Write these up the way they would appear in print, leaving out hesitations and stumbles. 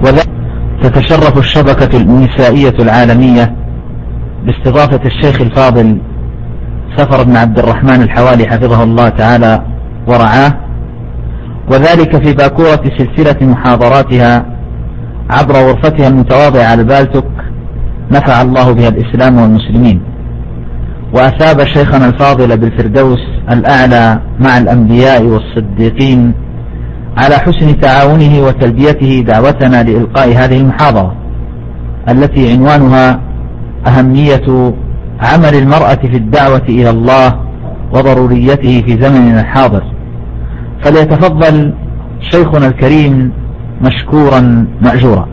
تتشرف الشبكة النسائية العالمية باستضافة الشيخ الفاضل سفر بن عبد الرحمن الحوالي حفظه الله تعالى ورعاه، وذلك في باكورة سلسلة محاضراتها عبر غرفتها المتواضعة على البالتوك، نفع الله بها الإسلام والمسلمين، وأثاب شيخنا الفاضل بالفردوس الأعلى مع الأنبياء والصديقين على حسن تعاونه وتلبيته دعوتنا لإلقاء هذه المحاضرة التي عنوانها أهمية عمل المرأة في الدعوة إلى الله وضروريته في زمننا الحاضر. فليتفضل شيخنا الكريم مشكورا مأجورا.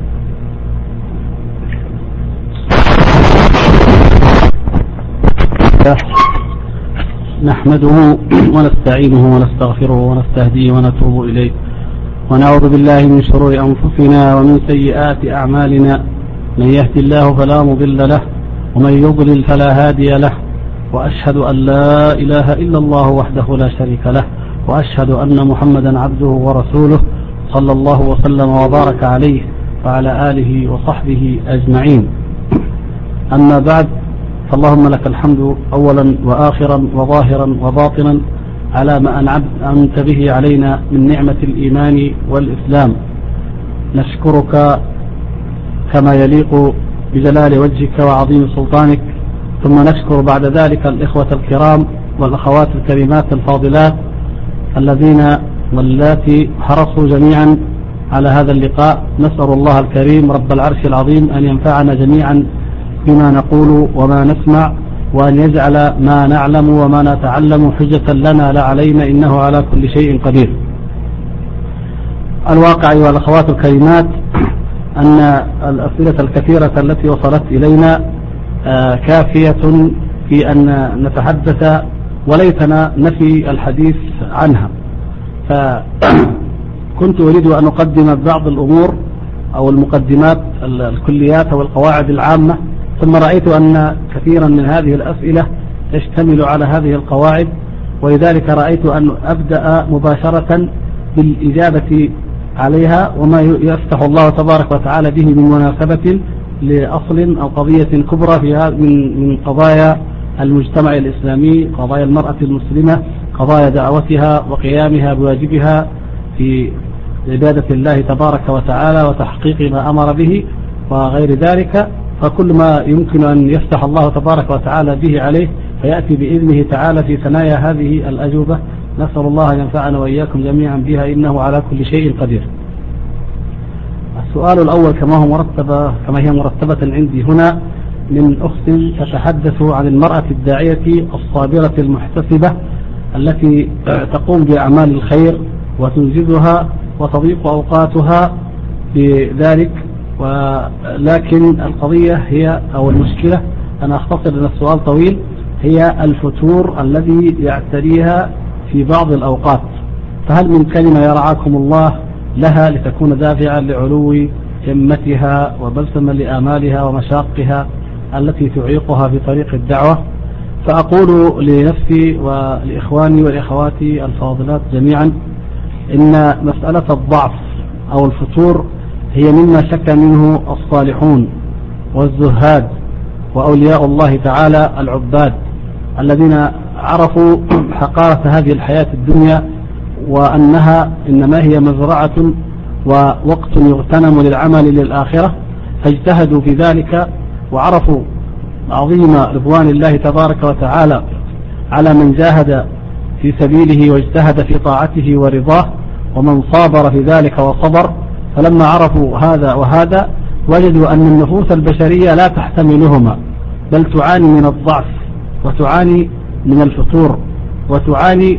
نحمده ونستعينه ونستغفره ونستهديه ونتوب إليه، ونعوذ بالله من شرور أنفسنا ومن سيئات أعمالنا، من يهدي الله فلا مضل له ومن يضلل فلا هادي له، وأشهد أن لا إله إلا الله وحده لا شريك له، وأشهد أن محمدا عبده ورسوله صلى الله وسلم وبارك عليه وعلى آله وصحبه أجمعين. أما بعد، فاللهم لك الحمد أولا وآخرا وظاهرا وباطنا على ما أنعمت به علينا من نعمة الإيمان والإسلام. نشكرك كما يليق بجلال وجهك وعظيم سلطانك، ثم نشكر بعد ذلك الإخوة الكرام والأخوات الكريمات الفاضلات الذين واللاتي حرصوا جميعا على هذا اللقاء. نسأل الله الكريم رب العرش العظيم أن ينفعنا جميعا بما نقول وما نسمع، وأن يجعل ما نعلم وما نتعلم حجة لنا لا علينا، إنه على كل شيء قدير. الواقع أيها الأخوات الكريمات أن الأسئلة الكثيرة التي وصلت إلينا كافية في أن نتحدث وليتنا نفي الحديث عنها، فكنت أريد أن أقدم بعض الأمور أو المقدمات الكليات أو القواعد العامة، ثم رأيت أن كثيرا من هذه الأسئلة تشتمل على هذه القواعد، ولذلك رأيت أن أبدأ مباشرة بالإجابة عليها وما يفتح الله تبارك وتعالى به من مناسبة لأصل أو قضية كبرى فيها من قضايا المجتمع الإسلامي، قضايا المرأة المسلمة، قضايا دعوتها وقيامها بواجبها في عبادة الله تبارك وتعالى وتحقيق ما أمر به وغير ذلك. فكل ما يمكن أن يفتح الله تبارك وتعالى به عليه فيأتي بإذنه تعالى في ثنايا هذه الأجوبة. نسأل الله أن ينفعنا وإياكم جميعا بها، إنه على كل شيء قدير. السؤال الأول كما هي مرتبة عندي هنا من أخت تتحدث عن المرأة الداعية الصابرة المحتسبة التي تقوم بأعمال الخير وتنجزها وتضيق أوقاتها بذلك، ولكن القضية هي أو المشكلة، أنا أختصر لأن السؤال طويل، هي الفتور الذي يعتريها في بعض الأوقات. فهل من كلمة يرعاكم الله لها لتكون دافعا لعلو همتها وبلسما لآمالها ومشاقها التي تعيقها في طريق الدعوة؟ فأقول لنفسي ولإخواني والإخواتي الفاضلات جميعا إن مسألة الضعف أو الفتور هي مما شك منه الصالحون والزهاد وأولياء الله تعالى العباد الذين عرفوا حقارة هذه الحياة الدنيا، وأنها إنما هي مزرعة ووقت يغتنم للعمل للآخرة، فاجتهدوا في ذلك وعرفوا عظيم رضوان الله تبارك وتعالى على من جاهد في سبيله واجتهد في طاعته ورضاه، ومن صابر في ذلك وصبر. فلما عرفوا هذا وهذا وجدوا أن النفوس البشرية لا تحتملهما، بل تعاني من الضعف وتعاني من الفتور وتعاني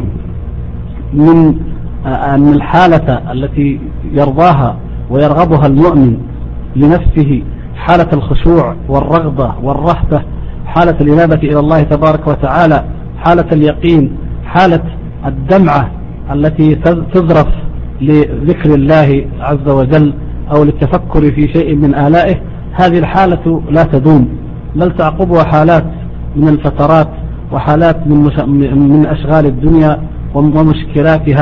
من الحالة التي يرضاها ويرغبها المؤمن لنفسه، حالة الخشوع والرغبة والرهبة، حالة الإنابة إلى الله تبارك وتعالى، حالة اليقين، حالة الدمعة التي تذرف لذكر الله عز وجل أو للتفكر في شيء من آلائه. هذه الحالة لا تدوم، بل تعقبها حالات من الفترات وحالات من أشغال الدنيا ومشكلاتها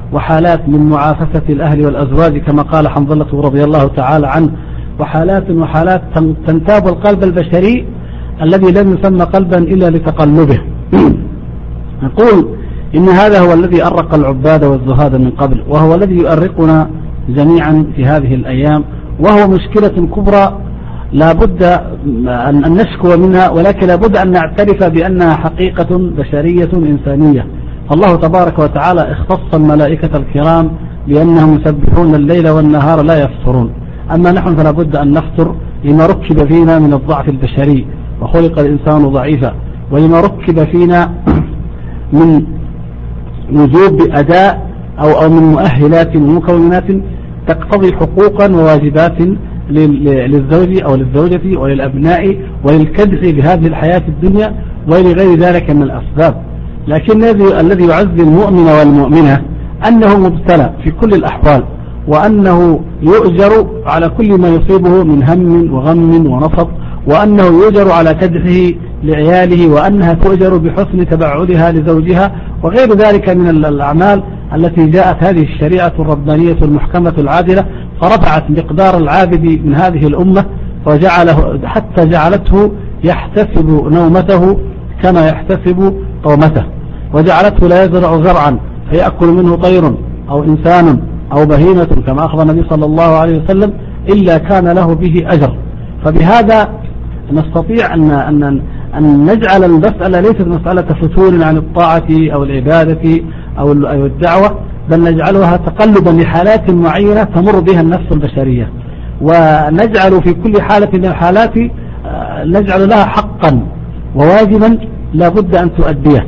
وحالات من معافسة الأهل والأزواج كما قال حنظلة رضي الله تعالى عنه، وحالات تنتاب القلب البشري الذي لم يسمى قلبا إلا لتقلبه. نقول إن هذا هو الذي أرق العباد والزهاد من قبل، وهو الذي يؤرقنا جميعا في هذه الأيام، وهو مشكلة كبرى لا بد أن نشكو منها، ولكن لا بد أن نعترف بأنها حقيقة بشرية إنسانية. الله تبارك وتعالى اختص الملائكة الكرام بأنهم يسبحون الليل والنهار لا يفترون، أما نحن فلا بد أن نفتر لما ركب فينا من الضعف البشري، وخلق الإنسان ضعيفا، ولما ركب فينا من وجوب أداء أو من مؤهلات ومكونات تقتضي حقوقا وواجبات للزوج أو للزوجة وللأبناء وللكدح بهذه الحياة الدنيا ولغير ذلك من الأسباب. لكن الذي يعزي المؤمن والمؤمنة أنه مبتلى في كل الأحوال، وأنه يؤجر على كل ما يصيبه من هم وغم ونصب، وأنه يؤجر على كدحه لعياله، وأنها تؤجر بحسن تبعدها لزوجها، وغير ذلك من الأعمال التي جاءت هذه الشريعة الربانية المحكمة العادلة فرفعت مقدار العابد من هذه الأمة، وجعله حتى جعلته يحتسب نومته كما يحتسب قومته، وجعلته لا يزرع زرعا فيأكل منه طير أو إنسان أو بهيمة كما أخبر النبي صلى الله عليه وسلم إلا كان له به أجر. فبهذا نستطيع أن نجعل المسألة ليست مسألة فتور عن الطاعة أو العبادة أو الدعوة، بل نجعلها تقلبا لحالات معينة تمر بها النفس البشرية، ونجعل في كل حالة من الحالات نجعل لها حقا وواجبا لا بد أن تؤديه.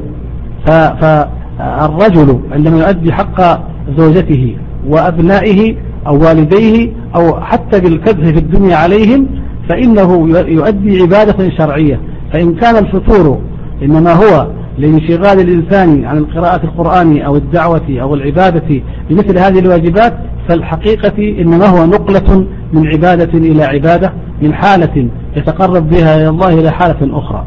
فالرجل عندما يؤدي حق زوجته وأبنائه أو والديه أو حتى بالكدح في الدنيا عليهم فإنه يؤدي عبادة شرعية. فإن كان الفطور إنما هو لانشغال الإنسان عن القراءة القرآن أو الدعوة أو العبادة بمثل هذه الواجبات، فالحقيقة إنما هو نقلة من عبادة إلى عبادة، من حالة يتقرب بها إلى الله إلى حالة أخرى.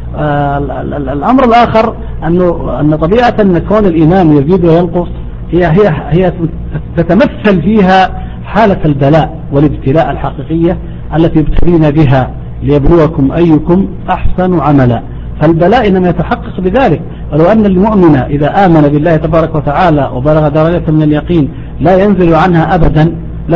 الأمر الآخر أن طبيعة أن كون الإيمان يزيد وينقص هي تتمثل فيها حالة البلاء والابتلاء الحقيقية التي ابتلينا بها ليبلوكم أيكم أحسن عملا. فالبلاء إنما يتحقق بذلك، ولو أن المؤمن إذا آمن بالله تبارك وتعالى وبلغ درجة من اليقين لا ينزل عنها أبدا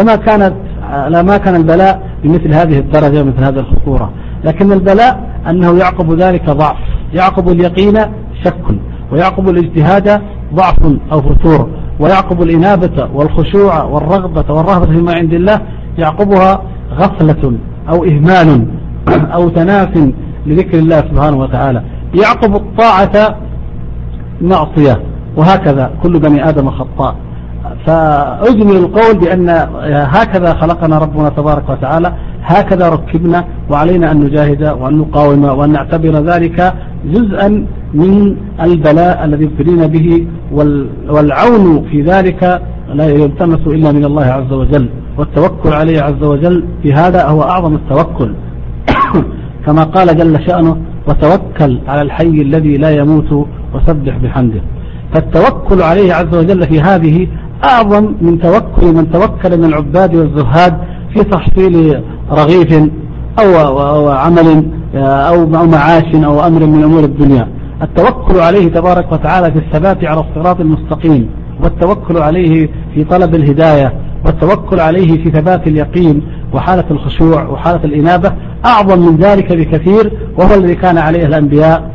لما كان البلاء بمثل هذه الدرجة ومثل هذه الخطورة. لكن البلاء أنه يعقب ذلك ضعف، يعقب اليقين شك، ويعقب الاجتهاد ضعف أو فتور، ويعقب الإنابة والخشوع والرغبة والرهبة فيما عند الله يعقبها غفلة أو إهمال أو تناس لذكر الله سبحانه وتعالى، يعقب الطاعة معصية، وهكذا كل بني آدم خطاء. فأجمل القول بأن هكذا خلقنا ربنا تبارك وتعالى، هكذا ركبنا، وعلينا أن نجاهد وأن نقاوم وأن نعتبر ذلك جزءا من البلاء الذي ابتلينا به، والعون في ذلك لا يلتمس إلا من الله عز وجل، والتوكل عليه عز وجل في هذا هو أعظم التوكل كما قال جل شأنه: وتوكل على الحي الذي لا يموت وسبح بحمده. فالتوكل عليه عز وجل في هذه أعظم من توكل من توكل من العباد والزهاد في تحصيل رغيف أو عمل أو معاش أو أمر من أمور الدنيا. التوكل عليه تبارك وتعالى في الثبات على الصراط المستقيم، والتوكل عليه في طلب الهداية، والتوكل عليه في ثبات اليقين وحالة الخشوع وحالة الإنابة أعظم من ذلك بكثير، وهو الذي كان عليه الأنبياء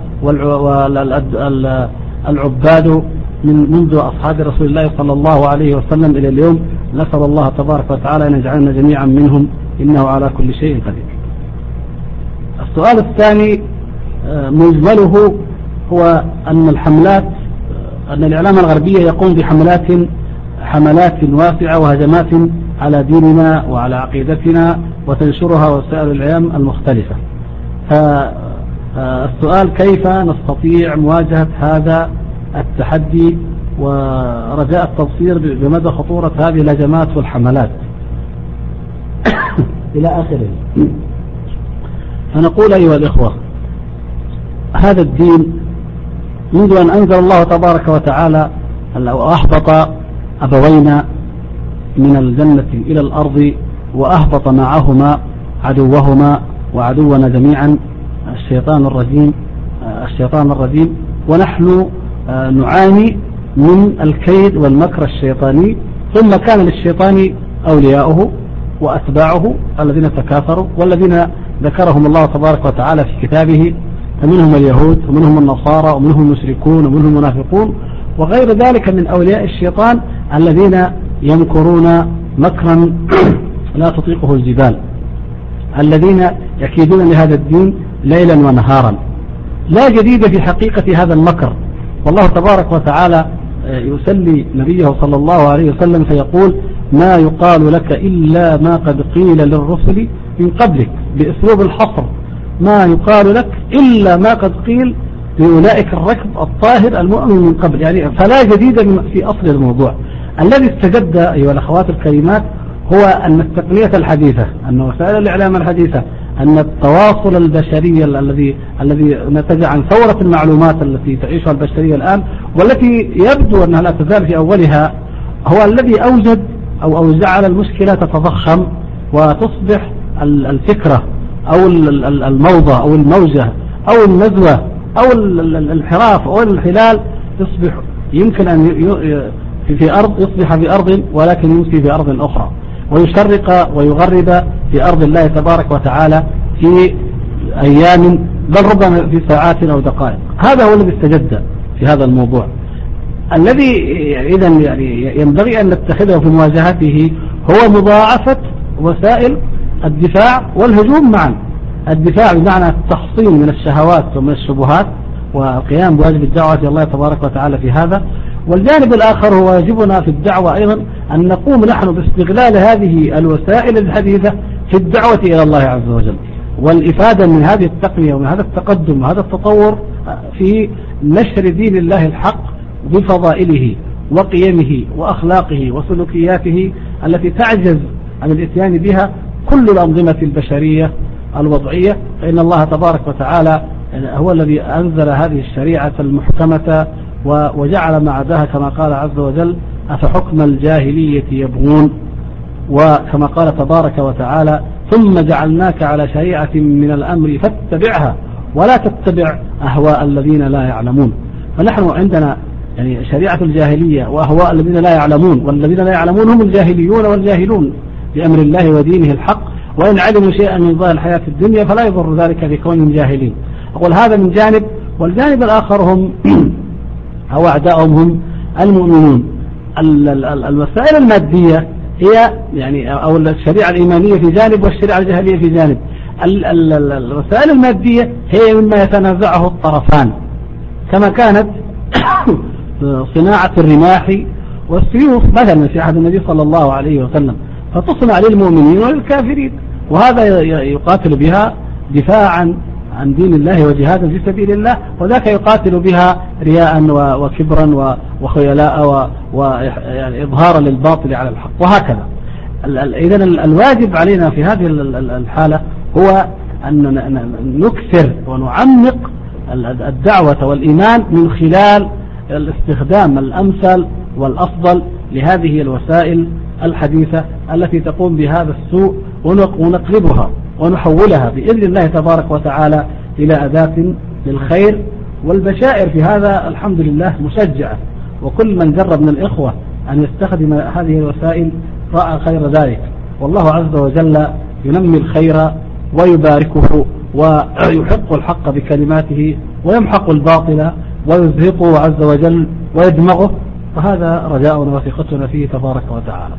والعباد منذ أصحاب رسول الله صلى الله عليه وسلم إلى اليوم. نسأل الله تبارك وتعالى أن يجعلنا جميعا منهم، إنه على كل شيء قدير. السؤال الثاني مجمله هو أن الإعلام الغربية يقوم بحملات واسعة وهجمات على ديننا وعلى عقيدتنا وتنشرها وسائل الإعلام المختلفة. فالسؤال: كيف نستطيع مواجهة هذا التحدي ورجاء التبصير بمدى خطورة هذه الهجمات والحملات إلى آخره؟ فنقول أيها الإخوة، هذا الدين منذ أن أنزل الله تبارك وتعالى وأحبط أبوين من الجنة إلى الأرض وأهبط معهما عدوهما وعدونا جميعا الشيطان الرجيم، ونحن نعاني من الكيد والمكر الشيطاني. ثم كان للشيطان أولياؤه وأتباعه الذين تكاثروا والذين ذكرهم الله تبارك وتعالى في كتابه، فمنهم اليهود ومنهم النصارى ومنهم المشركون ومنهم المنافقون وغير ذلك من أولياء الشيطان الذين يمكرون مكرا لا تطيقه الجبال، الذين يكيدون لهذا الدين ليلا ونهارا. لا جديد في حقيقة هذا المكر، والله تبارك وتعالى يسلي نبيه صلى الله عليه وسلم فيقول: ما يقال لك إلا ما قد قيل للرسل من قبلك، بأسلوب الحصر، ما يقال لك إلا ما قد قيل لأولئك الركب الطاهر المؤمن من قبل. يعني فلا جديد في أصل الموضوع. الذي استجد أيها الأخوات الكريمات هو أن التقنية الحديثة، أن وسائل الإعلام الحديثة، أن التواصل البشري الذي نتج عن ثورة المعلومات التي تعيشها البشرية الآن، والتي يبدو أنها لا تزال في أولها، هو الذي أوجد أو جعل المشكلة تتضخم وتصبح الفكرة أو الموضة أو الموجة أو النزوة أو الانحراف أو الانحلال يصبح يمكن أن في أرض يصبح في أرض ولكن يمسي في أرض أخرى، ويشرق ويغرب في أرض الله تبارك وتعالى في أيام بل ربما في ساعات أو دقائق. هذا هو الذي استجد في هذا الموضوع، الذي إذن يعني ينبغي أن نتخذه في مواجهته هو مضاعفة وسائل الدفاع والهجوم معا. الدفاع بمعنى التحصين من الشهوات ومن الشبهات والقيام بواجب الدعوة إلى الله تبارك وتعالى في هذا، والجانب الآخر هو واجبنا في الدعوة أيضا أن نقوم نحن باستغلال هذه الوسائل الحديثة في الدعوة إلى الله عز وجل، والإفادة من هذه التقنية ومن هذا التقدم وهذا التطور في نشر دين الله الحق بفضائله وقيمه وأخلاقه وسلوكياته التي تعجز عن الاتيان بها كل الأنظمة البشرية الوضعية. فإن الله تبارك وتعالى هو الذي أنزل هذه الشريعة المحكمة وجعل مع ذاها كما قال عز وجل: أفحكم الجاهلية يبغون، وكما قال تبارك وتعالى: ثم جعلناك على شريعة من الأمر فاتبعها ولا تتبع أهواء الذين لا يعلمون. فنحن عندنا يعني شريعة الجاهلية وأهواء الذين لا يعلمون، والذين لا يعلمون هم الجاهليون والجاهلون بأمر الله ودينه الحق، وإن علموا شيئا من ظاهر الحياة الدنيا فلا يضر ذلك بكونهم جاهلين. أقول هذا من جانب، والجانب الآخر هم أو أعداؤهم هم المؤمنون. الوسائل المادية هي يعني أو الشريعة الإيمانية في جانب والشريعة الجاهلية في جانب. الوسائل المادية هي مما يتنازعه الطرفان، كما كانت صناعة الرماح والسيوف مثلا في عهد النبي صلى الله عليه وسلم، فتصنع للمؤمنين وللكافرين، وهذا يقاتل بها دفاعا عن دين الله وجهادا في سبيل الله، وذاك يقاتل بها رياء وكبرا وخيلاء وإظهارا للباطل على الحق، وهكذا. إذن الواجب علينا في هذه الحالة هو أن نكثر ونعمق الدعوة والإيمان من خلال الاستخدام الأمثل والأفضل لهذه الوسائل الحديثة التي تقوم بهذا السوء، ونقلبها ونحولها بإذن الله تبارك وتعالى إلى أداة للخير. والبشائر في هذا الحمد لله مشجعة، وكل من جرب من الإخوة أن يستخدم هذه الوسائل رأى خير ذلك، والله عز وجل ينمي الخير ويباركه ويحق الحق بكلماته ويمحق الباطل ويزهقه عز وجل ويدمغه، فهذا رجاؤنا وثقتنا فيه تبارك وتعالى.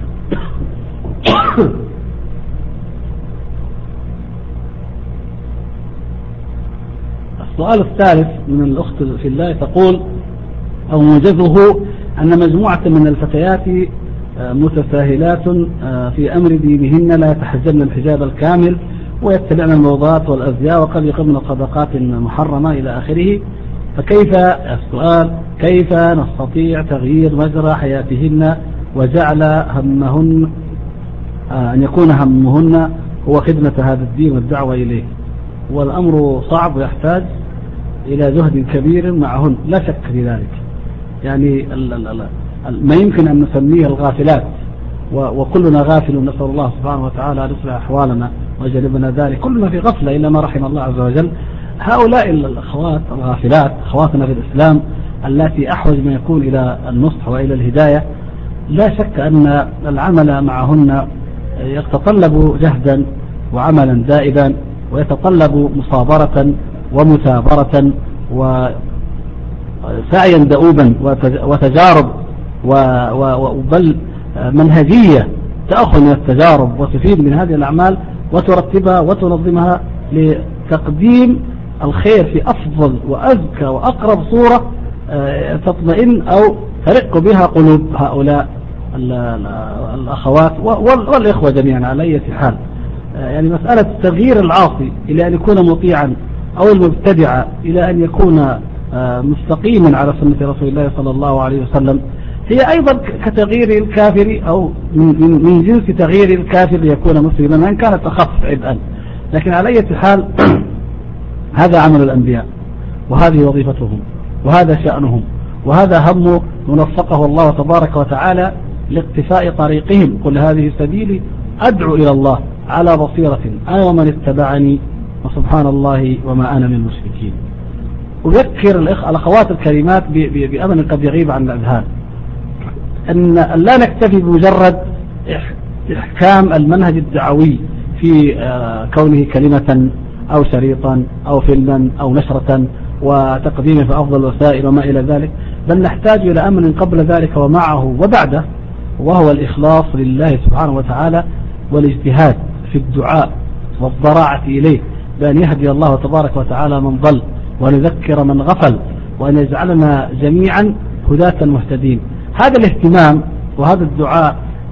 السؤال الثالث من الأخت في الله تقول: أو موجزه أن مجموعة من الفتيات متساهلات في أمر دينهن، لا يتحجبن الحجاب الكامل ويتبعن الموضات والأزياء وقد يقمن صدقات محرمة إلى آخره، فكيف السؤال كيف نستطيع تغيير مجرى حياتهن وجعل همهن أن يكون همهن هو خدمة هذا الدين والدعوة إليه؟ والأمر صعب ويحتاج إلى جهد كبير معهن لا شك في ذلك. يعني ما يمكن أن نسميه الغافلات، وكلنا غافل، نسأل الله سبحانه وتعالى أن يصلح أحوالنا ويجنبنا ذلك، كلنا في غفلة إلا ما رحم الله عز وجل. هؤلاء الأخوات الغافلات أخواتنا في الإسلام التي أحوج ما يكون إلى النصح وإلى الهداية، لا شك أن العمل معهن يتطلب جهدا وعملا دائبا، ويتطلب مصابرة ومثابرة وسعيا دؤوبا وتجارب وبل منهجية تأخذ من التجارب وتفيد من هذه الأعمال وترتبها وتنظمها لتقديم الخير في أفضل وأزكى وأقرب صورة تطمئن أو ترق بها قلوب هؤلاء الأخوات والإخوة جميعا على أي حال. يعني مسألة تغيير العاصي إلى أن يكون مطيعا أو المبتدع إلى أن يكون مستقيما على سنة رسول الله صلى الله عليه وسلم هي أيضا كتغيير الكافر أو من جنس تغيير الكافر ليكون مسلما وإن كانت أخف عبئا، لكن على أي حال هذا عمل الأنبياء وهذه وظيفتهم وهذا شأنهم وهذا هم منفقه الله تبارك وتعالى لاقتفاء طريقهم. قل هذه سبيلي أدعو إلى الله على بصيرة أنا ومن اتبعني وسبحان الله وما أنا من المشركين. أذكر الأخوات الكريمات بأمر قد يغيب عن الأذهان، أن لا نكتفي بمجرد إحكام المنهج الدعوي في كونه كلمة أو شريطا أو فيلما أو نشرة وتقديمه في أفضل الوسائل وما إلى ذلك، بل نحتاج إلى أمر قبل ذلك ومعه وبعده، وهو الإخلاص لله سبحانه وتعالى والاجتهاد في الدعاء والضراعة إليه بأن يهدي الله تبارك وتعالى من ضل وأن يذكر من غفل وأن يجعلنا جميعا هداة مهتدين. هذا الاهتمام وهذا الدعاء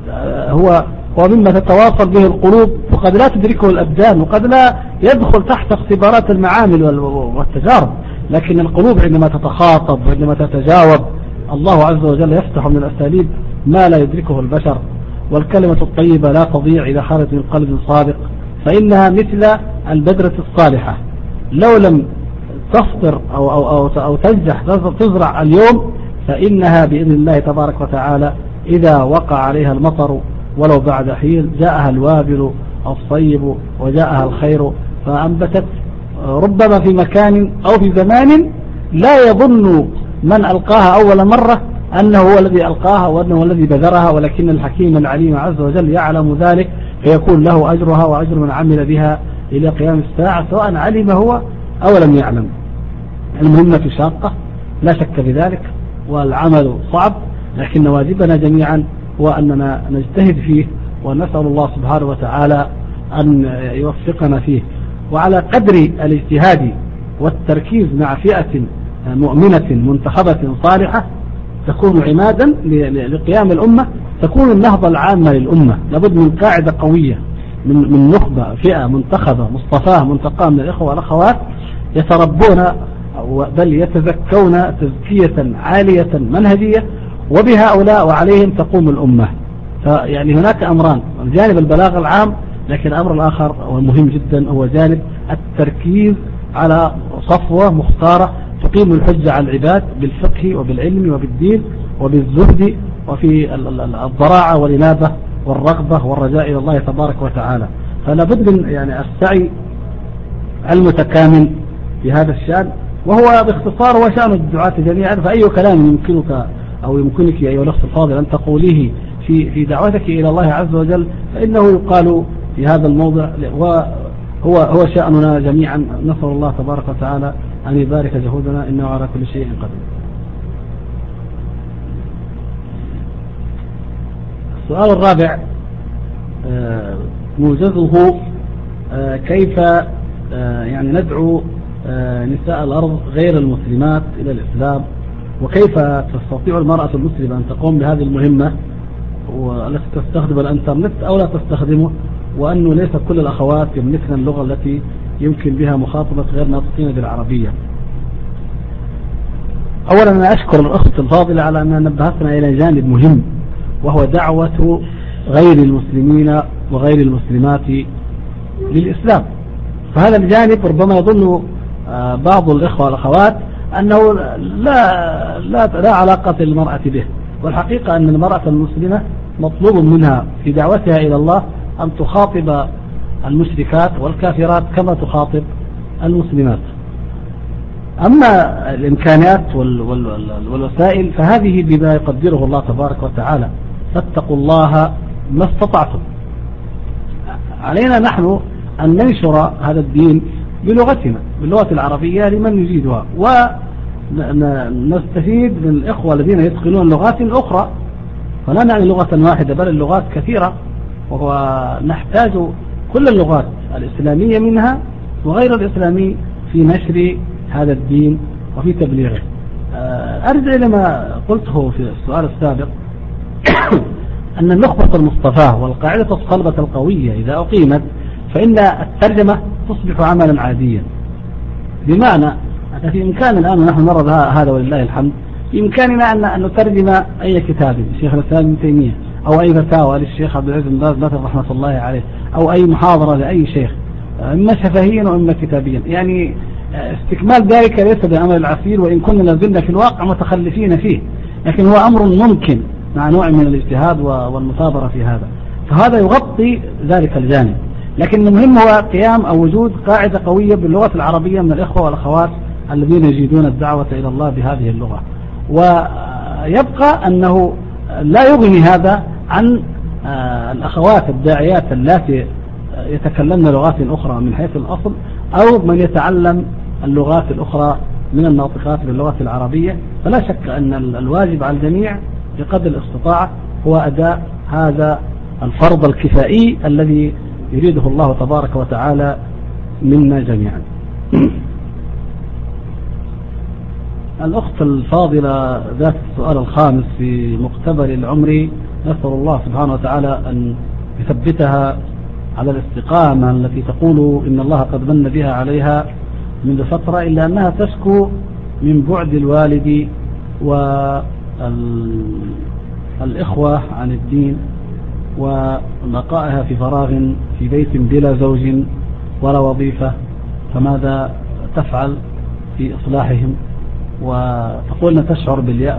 هو مما تتواصل به القلوب، وقد لا تدركه الأبدان وقد لا يدخل تحت اختبارات المعامل والتجارب، لكن القلوب عندما تتخاطب وعندما تتجاوب الله عز وجل يفتح من الأساليب ما لا يدركه البشر. والكلمة الطيبة لا تضيع إذا خرجت من قلب صادق، فإنها مثل البذرة الصالحة لو لم تصدر أو تنجح تزرع اليوم فإنها بإذن الله تبارك وتعالى إذا وقع عليها المطر ولو بعد حين جاءها الوابل الصيب وجاءها الخير فأنبتت، ربما في مكان أو في زمان لا يظن من ألقاها أول مرة أنه هو الذي ألقاها وأنه الذي بذرها، ولكن الحكيم العليم عز وجل يعلم ذلك فيكون له أجرها وأجر من عمل بها إلى قيام الساعة سواء علم هو أو لم يعلم. المهمة شاقة لا شك في ذلك والعمل صعب، لكن واجبنا جميعا هو أننا نجتهد فيه ونسأل الله سبحانه وتعالى أن يوفقنا فيه. وعلى قدر الاجتهاد والتركيز مع فئة مؤمنة منتخبة صالحة تكون عمادا لقيام الأمة، تكون النهضة العامة للأمة. لابد من قاعدة قوية من نخبة فئة منتخبة مصطفاة منتقاة من الإخوة والأخوات يتربون بل يتزكون تزكية عالية منهجية، وبهؤلاء وعليهم تقوم الأمة. فيعني هناك أمران، جانب البلاغ العام، لكن الأمر الآخر والمهم جدا هو جانب التركيز على صفوة مختارة تقيم الحجة على العباد بالفقه وبالعلم وبالدين وبالزهد وفي الضراعة والإنابة والرغبة والرجاء إلى الله تبارك وتعالى. فلا بد من يعني السعي المتكامل في هذا الشأن، وهو باختصار هو شأن الدعاة جميعا. فأي كلام يمكنك أو يمكنك أيها الأخ الفاضل أن تقوليه في دعوتك إلى الله عز وجل فإنه يقال في هذا الموضع، وهو شأننا جميعا. نسأل الله تبارك وتعالى أن يبارك جهودنا إنه على كل شيء قدير. السؤال الرابع موجزه كيف يعني ندعو نساء الأرض غير المسلمات إلى الإسلام، وكيف تستطيع المرأة المسلمة أن تقوم بهذه المهمة والتي تستخدم الانترنت أو لا تستخدمه، وأنه ليس كل الأخوات يملكن اللغة التي يمكن بها مخاطبة غير ناطقين بالعربية. أولا أنا أشكر الأخت الفاضلة على أنها نبهتنا إلى جانب مهم، وهو دعوة غير المسلمين وغير المسلمات للإسلام. فهذا الجانب ربما يظن بعض الإخوة والأخوات أنه لا علاقة للمرأة به، والحقيقة أن المرأة المسلمة مطلوب منها في دعوتها إلى الله أن تخاطب المشركات والكافرات كما تخاطب المسلمات. أما الإمكانيات والوسائل فهذه بما يقدره الله تبارك وتعالى، فاتقوا الله ما استطعتم. علينا نحن أن ننشر هذا الدين بلغتنا، باللغة العربية لمن يجيدها، ونستفيد من الإخوة الذين يتقنون لغات أخرى، فلا نعني لغة واحدة بل اللغات كثيرة، ونحتاج كل اللغات الإسلامية منها وغير الإسلامي في نشر هذا الدين وفي تبليغه. أرجع إلى ما قلته في السؤال السابق أن النخبة المصطفاة والقاعدة الصلبة القوية إذا أقيمت فإن الترجمة تصبح عملا عاديا، بمعنى أن في إمكاننا الآن ونحن نرى هذا ولله الحمد، بإمكاننا أن نترجم أي كتاب للشيخ الإسلام ابن تيمية أو أي فتاوى للشيخ عبد العزيز بن باز رحمة الله عليه أو أي محاضرة لأي شيخ، إما شفهيا وإما كتابيا. يعني استكمال ذلك ليس بأمر العسير، وإن كنا لازلنا في الواقع متخلفين فيه، لكن هو أمر ممكن مع نوع من الاجتهاد والمثابرة في هذا، فهذا يغطي ذلك الجانب. لكن المهم هو قيام أو وجود قاعدة قوية باللغة العربية من الإخوة والأخوات الذين يجيدون الدعوة إلى الله بهذه اللغة. ويبقى أنه لا يغني هذا عن الأخوات الداعيات التي يتكلمن لغات أخرى من حيث الأصل، أو من يتعلم اللغات الأخرى من الناطقات باللغة العربية. فلا شك أن الواجب على الجميع بقدر الاستطاعة هو أداء هذا الفرض الكفائي الذي يريده الله تبارك وتعالى منا جميعا. الأخت الفاضلة ذات السؤال الخامس في مقتبل العمر، نسأل الله سبحانه وتعالى أن يثبتها على الاستقامة التي تقول إن الله قد من بها عليها منذ فترة، إلا أنها تشكو من بعد الوالد والإخوة عن الدين وبقائها في فراغ في بيت بلا زوج ولا وظيفة، فماذا تفعل في إصلاحهم؟ وتقول أن تشعر باليأس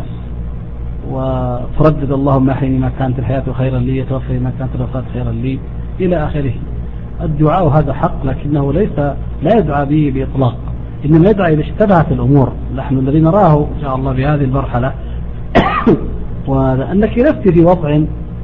وتردد اللهم أحيني ما كانت الحياة خيرا لي، توفني ما كانت الوفاة خيرا لي، إلى آخره. الدعاء هذا حق، لكنه لا يدعى به بإطلاق، إنما يدعى إذا اشتبهت الأمور. نحن الذي نراه إن شاء الله بهذه المرحلة وأنك لست في وضع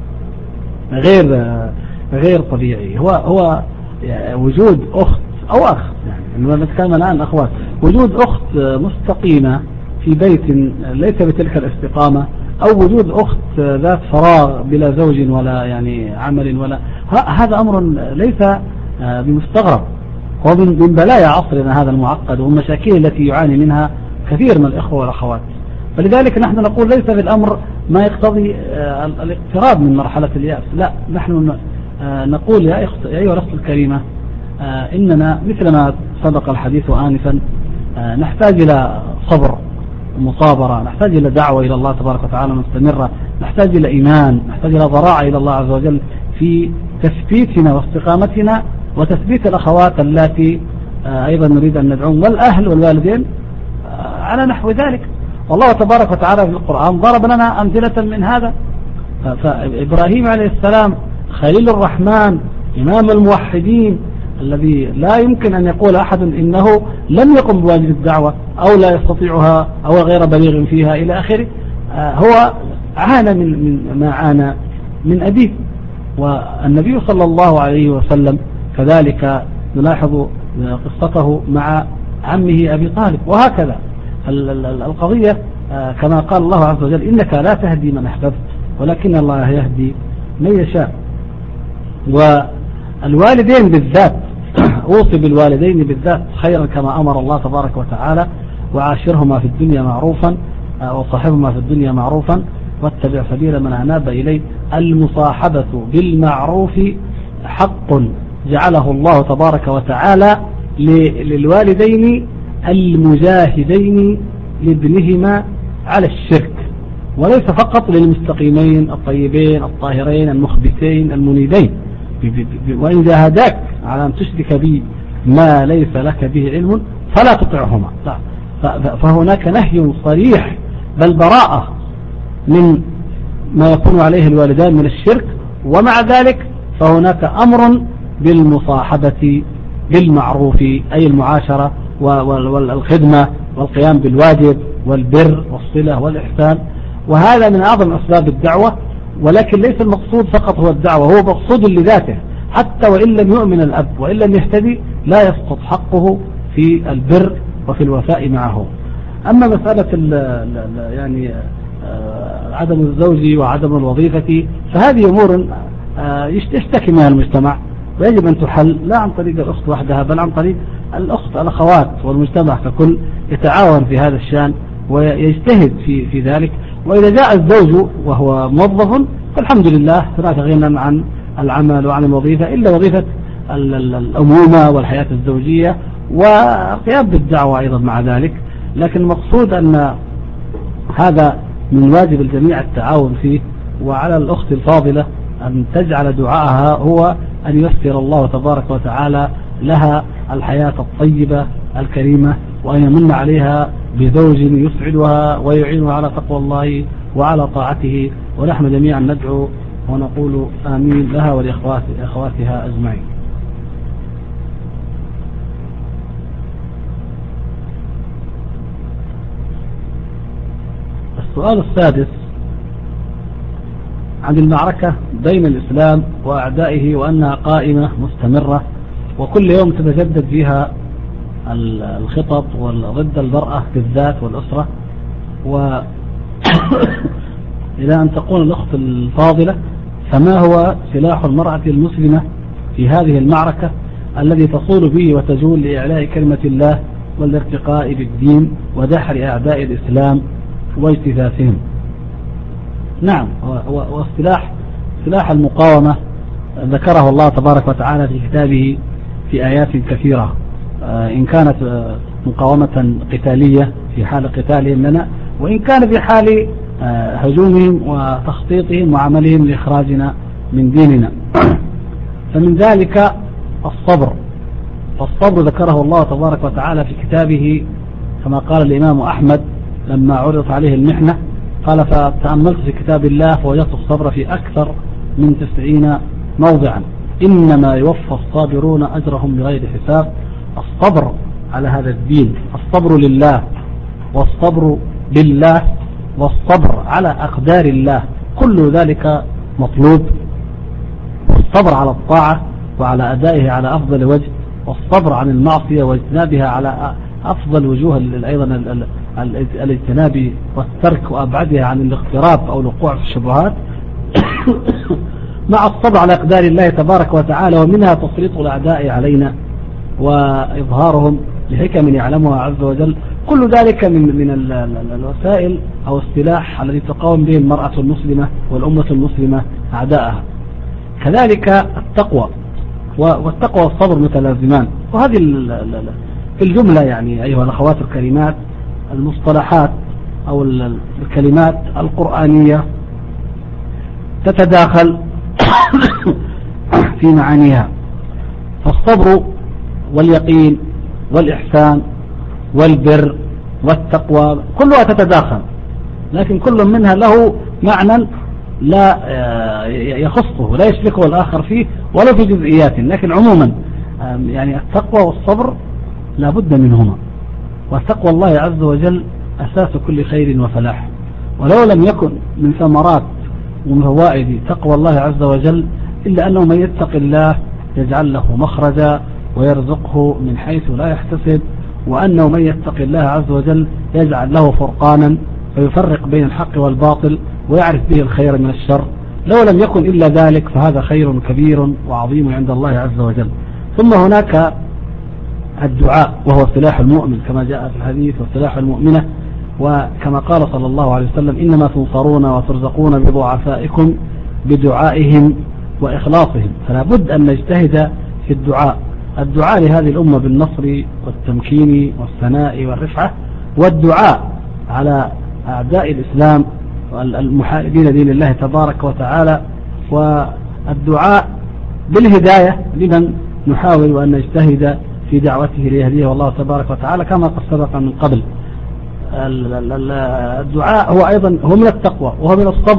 غير طبيعي. هو وجود أخت أو أخ، يعني نتكلم الآن أخوات، وجود أخت مستقيمة في بيت ليس بتلك الاستقامة، أو وجود أخت ذات فراغ بلا زوج ولا يعني عمل ولا، هذا أمر ليس بمستغرب، هو من بلايا عصرنا هذا المعقد والمشاكل التي يعاني منها كثير من الإخوة والأخوات. فلذلك نحن نقول ليس في الأمر ما يقتضي الاقتراب من مرحلة اليأس، لا، نحن نقول يا أيها الأخت الكريمة، إننا مثل ما سبق الحديث آنفا نحتاج إلى صبر ومصابرة، نحتاج إلى دعوة إلى الله تبارك وتعالى مستمرة، نحتاج إلى إيمان، نحتاج إلى ضراعة إلى الله عز وجل في تثبيتنا واستقامتنا وتثبيت الأخوات التي أيضا نريد أن ندعوهم، والأهل والوالدين على نحو ذلك. والله تبارك وتعالى في القرآن ضرب لنا أمثلة من هذا. فإبراهيم عليه السلام خليل الرحمن إمام الموحدين الذي لا يمكن أن يقول أحد إنه لم يقم بواجب الدعوة أو لا يستطيعها أو غير بليغ فيها إلى آخره، هو عانى من ما عانى من أبيه. والنبي صلى الله عليه وسلم كذلك نلاحظ قصته مع عمه أبي طالب، وهكذا القضية كما قال الله عز وجل إنك لا تهدي من أحببت ولكن الله يهدي من يشاء. والوالدين بالذات أوصي بالوالدين بالذات خيرا كما أمر الله تبارك وتعالى، وعاشرهما في الدنيا معروفا وصاحبهما في الدنيا معروفا واتبع سبيل من أناب إليه. المصاحبة بالمعروف حق جعله الله تبارك وتعالى للوالدين المجاهدين لابنهما على الشرك، وليس فقط للمستقيمين الطيبين الطاهرين المخبتين المنيبين. وإن جاهداك على أن تشرك بي ما ليس لك به علم فلا تطعهما. فهناك نهي صريح بل براءة من ما يكون عليه الوالدان من الشرك، ومع ذلك فهناك أمر بالمصاحبة بالمعروف، أي المعاشرة والخدمة والقيام بالواجب والبر والصلة والإحسان، وهذا من أعظم أسباب الدعوة. ولكن ليس المقصود فقط هو الدعوة، هو مقصود لذاته، حتى وإن لم يؤمن الأب وإن لم يهتدي لا يسقط حقه في البر وفي الوفاء معه. أما مسألة يعني عدم الزوج وعدم الوظيفة فهذه أمور يشتكي منها المجتمع، ويجب أن تحل لا عن طريق الأخت وحدها، بل عن طريق الأخوات والمجتمع ككل يتعاون في هذا الشأن ويجتهد في ذلك. وإذا جاء الزوج وهو موظف فالحمد لله هناك غنى عن العمل وعن الوظيفة، إلا وظيفة الأمومة والحياة الزوجية وقيام بالدعوة أيضا مع ذلك. لكن المقصود أن هذا من واجب الجميع التعاون فيه، وعلى الأخت الفاضلة أن تجعل دعاءها هو أن يسر الله تبارك وتعالى لها الحياة الطيبة الكريمة، وأن يمن عليها بزوج يسعدها ويعينها على تقوى الله وعلى طاعته. ونحن جميعا ندعو ونقول آمين لها ولأخواتها أجمعين. السؤال السادس عن المعركة بين الإسلام وأعدائه، وأنها قائمة مستمرة وكل يوم تتجدد فيها الخطط ضد المرأة بالذات والأسرة، وإلى أن تقول الأخت الفاضلة فما هو سلاح المرأة المسلمة في هذه المعركة الذي تصول به وتجول لإعلاء كلمة الله والارتقاء بالدين ودحر أعداء الإسلام واجتثاثهم؟ نعم، سلاح المقاومة ذكره الله تبارك وتعالى في كتابه في آيات كثيرة، إن كانت مقاومة قتالية في حال قتالهم لنا، وإن كان في حال هجومهم وتخطيطهم وعملهم لإخراجنا من ديننا. فمن ذلك الصبر، فالصبر ذكره الله تبارك وتعالى في كتابه كما قال الإمام أحمد لما عرضت عليه المحنة، قال فتأملت في كتاب الله فوجدت الصبر في أكثر من 90 موضعا، إنما يوفى الصابرون أجرهم بغير حساب. الصبر على هذا الدين، الصبر لله والصبر بالله والصبر على أقدار الله، كل ذلك مطلوب. والصبر على الطاعة وعلى أدائه على أفضل وجه، والصبر عن المعصية واجتنابها على أفضل وجوه أيضا الاجتناب والترك وأبعدها عن الاغتراب أو الوقوع في الشبهات مع الصبر على أقدار الله تبارك وتعالى، ومنها تسليط الأعداء علينا وإظهارهم لحكم يعلمها عز وجل. كل ذلك من الوسائل أو السلاح الذي تقاوم به المرأة المسلمة والأمة المسلمة أعداءها. كذلك التقوى، والتقوى والصبر متلازمان. وهذه في الجملة يعني أيها الأخوات الكريمات المصطلحات أو الكلمات القرآنية تتداخل في معانيها، فالصبر واليقين والإحسان والبر والتقوى كلها تتداخل، لكن كل منها له معنى لا يخصه لا يشركه الآخر فيه ولو في جزئيات، لكن عموما يعني التقوى والصبر لا بد منهما. وتقوى الله عز وجل أساس كل خير وفلاح، ولو لم يكن من ثمرات ومن فوائد تقوى الله عز وجل إلا أنه من يتق الله يجعل له مخرجا ويرزقه من حيث لا يحتسب، وأنه من يتق الله عز وجل يجعل له فرقانا ويفرق بين الحق والباطل ويعرف به الخير من الشر. لو لم يكن إلا ذلك فهذا خير كبير وعظيم عند الله عز وجل. ثم هناك الدعاء وهو سلاح المؤمن كما جاء في الحديث، وسلاح المؤمنة، وكما قال صلى الله عليه وسلم إنما تنصرون وترزقون بضعفائكم بدعائهم وإخلاصهم. فلا بد أن نجتهد في الدعاء لهذه الأمة بالنصر والتمكين والثناء والرفعة، والدعاء على أعداء الإسلام والمحاربين دين الله تبارك وتعالى، والدعاء بالهداية لمن نحاول أن نجتهد في دعوته ليهديه الله تبارك وتعالى كما قد سبق من قبل. الدعاء هو أيضا هو من التقوى وهو من الصبر،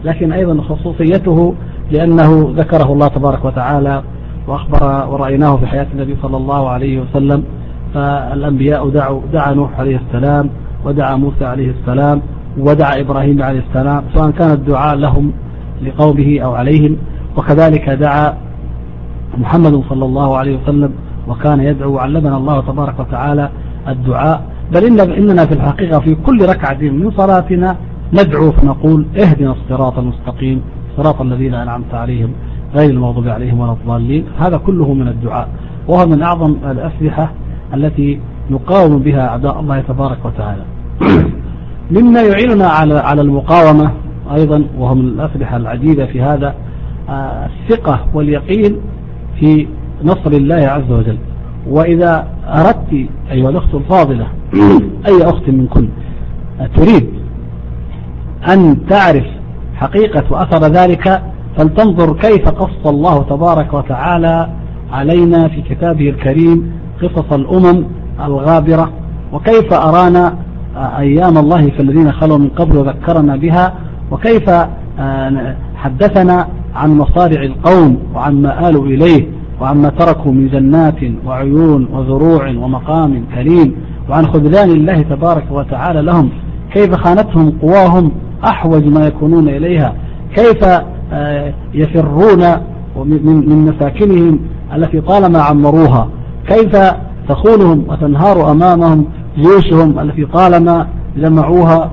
لكن أيضا خصوصيته لأنه ذكره الله تبارك وتعالى وأخبر ورأيناه في حياة النبي صلى الله عليه وسلم. فالأنبياء دعا نوح عليه السلام، ودعا موسى عليه السلام، ودعا إبراهيم عليه السلام، سواء كان الدعاء لهم لقومه أو عليهم. وكذلك دعا محمد صلى الله عليه وسلم وكان يدعو، علمنا الله تبارك وتعالى الدعاء. بل إننا في الحقيقة في كل ركعة من صلاتنا ندعو فنقول اهدنا الصراط المستقيم صراط الذين أنعمت عليهم غير المغضوب عليهم ولا الضالين. هذا كله من الدعاء، وهو من أعظم الأسلحة التي نقاوم بها أعداء الله تبارك وتعالى. مما يعيننا على المقاومة أيضا، وهو من الأسلحة العديدة في هذا، الثقة واليقين في نصر الله عز وجل. وإذا أردت أيها الأخت الفاضلة، أي أخت منكن تريد أن تعرف حقيقة وأثر ذلك، فلتنظر كيف قص الله تبارك وتعالى علينا في كتابه الكريم قصص الأمم الغابرة، وكيف أرانا أيام الله في الذين خلوا من قبل وذكرنا بها، وكيف حدثنا عن مصارع القوم وعن ما آلوا إليه وعما تركوا من جنات وعيون وزروع ومقام كريم، وعن خذلان الله تبارك وتعالى لهم، كيف خانتهم قواهم أحوج ما يكونون إليها، كيف يفرون من مساكنهم التي طالما عمروها، كيف تخونهم وتنهار أمامهم جيوشهم التي طالما جمعوها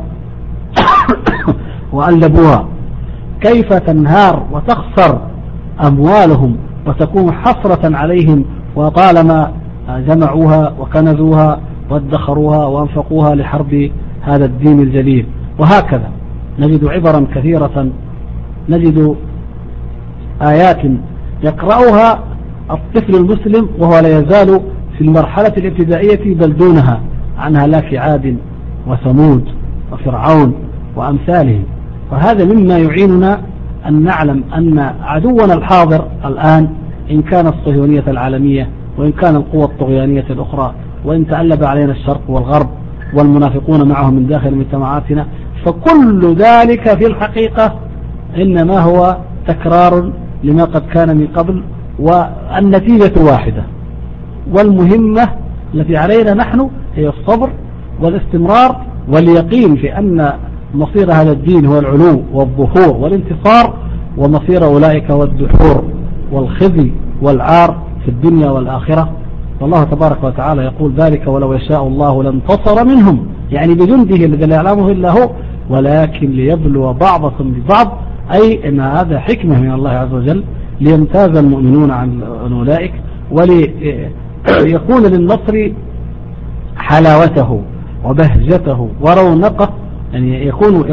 وألبوها، كيف تنهار وتخسر أموالهم وتكون حسرة عليهم وطالما جمعوها وكنزوها وادخروها وانفقوها لحرب هذا الدين الجليل. وهكذا نجد عبرا كثيرة، نجد آيات يقرأها الطفل المسلم وهو لا يزال في المرحلة الابتدائية بل دونها، عن هلاك عاد وثمود وفرعون وأمثالهم. وهذا مما يعيننا أن نعلم أن عدونا الحاضر الآن، إن كان الصهيونية العالمية، وإن كان القوى الطغيانية الأخرى، وإن تألب علينا الشرق والغرب والمنافقون معهم من داخل مجتمعاتنا، فكل ذلك في الحقيقة إنما هو تكرار لما قد كان من قبل، والنتيجة واحدة. والمهمة التي علينا نحن هي الصبر والاستمرار واليقين في أن مصير هذا الدين هو العلو والظهور والانتصار، ومصير أولئك والدحور والخزي والعار في الدنيا والآخرة. والله تبارك وتعالى يقول ذلك ولو يشاء الله لانتصر منهم، يعني بجنده الذي لا يعلمه إلا هو، ولكن ليبلو بعضكم ببعض، أي أن هذا حكمة من الله عز وجل ليمتاز المؤمنون عن أولئك، وليكون للنصر حلاوته وبهجته ورونقه، يعني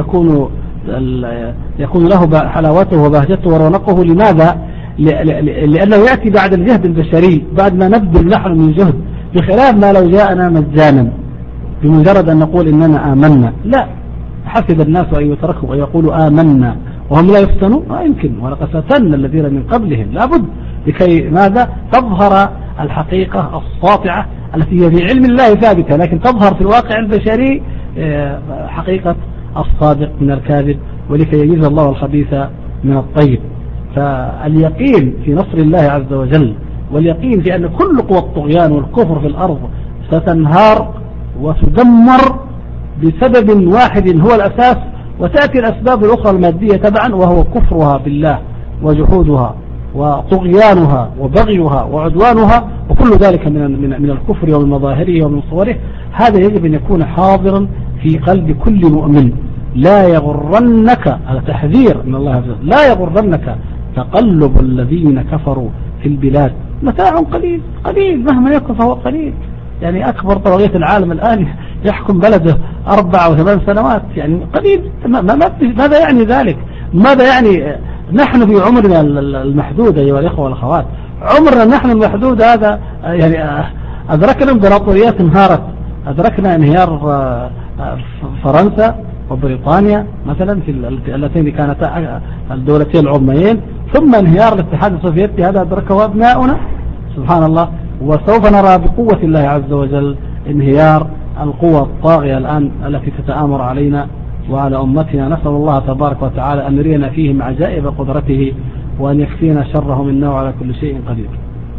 يكون له حلاوته وبهجته ورونقه. لماذا؟ لأنه يأتي بعد الجهد البشري، بعد ما نبذل نحن من جهد، بخلاف ما لو جاءنا مجانا بمجرد أن نقول إننا آمنا. لا، حسب الناس أن يتركوا ويقولوا آمنا وهم لا يفتنون، ما يمكن، ولقد فتنا الذين من قبلهم. لابد لكي ماذا؟ تظهر الحقيقة الساطعة التي هي في علم الله ثابتة، لكن تظهر في الواقع البشري حقيقة الصادق من الكاذب، ولكي يجيز الله الخبيث من الطيب. فاليقين في نصر الله عز وجل، واليقين في أن كل قوى الطغيان والكفر في الأرض ستنهار وتدمر بسبب واحد هو الأساس، وتأتي الأسباب الأخرى المادية تبعا، وهو كفرها بالله وجحودها وطغيانها وبغيها وعدوانها، وكل ذلك من الكفر ومن مظاهره ومن صوره. هذا يجب أن يكون حاضرا في قلب كل مؤمن. لا يغرنك، هذا تحذير من الله عز وجل، لا يغرنك تقلب الذين كفروا في البلاد، متاع قليل قليل مهما يكن فهو قليل. يعني أكبر طواغيت العالم الآن يحكم بلده 4 أو 8 سنوات، يعني قليل. ماذا يعني ذلك؟ ماذا يعني نحن في عمرنا المحدود أيها الإخوة والأخوات؟ عمرنا نحن المحدود هذا، يعني أدركنا امبراطوريات انهارت، أدركنا انهيار فرنسا وبريطانيا مثلا في اللتين كانتا الدولتين العظميين، ثم انهيار الاتحاد السوفيتي، هذا أدركه أبناؤنا سبحان الله. وسوف نرى بقوة الله عز وجل انهيار القوى الطاغية الآن التي تتآمر علينا وعلى أمتنا. نسأل الله تبارك وتعالى أن يرينا فيهم عجائب قدرته وأن يكفينا شرهم إنه على كل شيء قدير.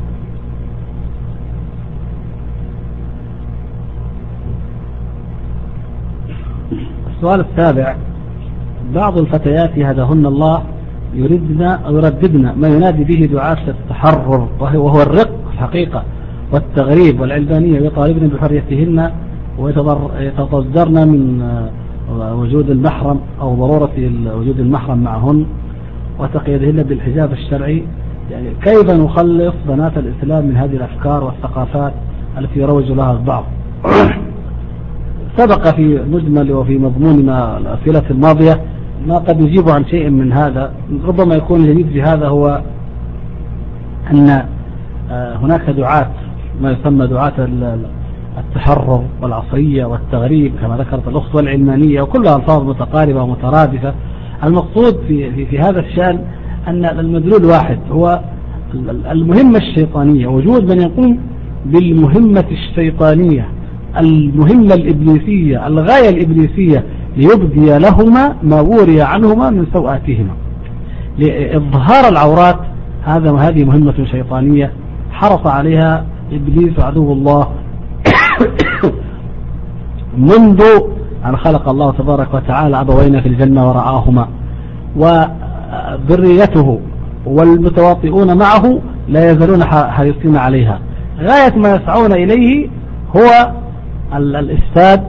السؤال السابع: بعض الفتيات هداهن الله يرددن ما ينادي به دعاة التحرر وهو الرق الحقيقة والتغريب والعلمانية، ويطالبن بحريتهن ويتضجرن من وجود المحرم أو ضرورة وجود المحرم معهن وتقييدهن بالحجاب الشرعي. يعني كيف نخلص بنات الإسلام من هذه الأفكار والثقافات التي يروج لها البعض؟ سبق في مجمل وفي مضمون ما الأسئلة الماضية ما قد يجيب عن شيء من هذا. ربما يكون الجديد في هذا هو أن هناك دعاة ما يسمى دعاة التحرر والعصرية والتغريب كما ذكرت الأخت والعلمانية، وكلها ألفاظ متقاربة ومترادفة. المقصود في هذا الشأن أن المدلول واحد، هو المهمة الشيطانية، وجود من يقوم بالمهمة الشيطانية المهمة الإبليسية الغاية الإبليسية ليبدي لهما ما وري عنهما من سوآتهما، لإظهار العورات. هذه مهمة شيطانية حرص عليها إبليس عدو الله منذ أن خلق الله تبارك وتعالى أبوين في الجنة ورعاهما، وذريته والمتواطئون معه لا يزالون حريصين عليها. غاية ما يسعون إليه هو الإفساد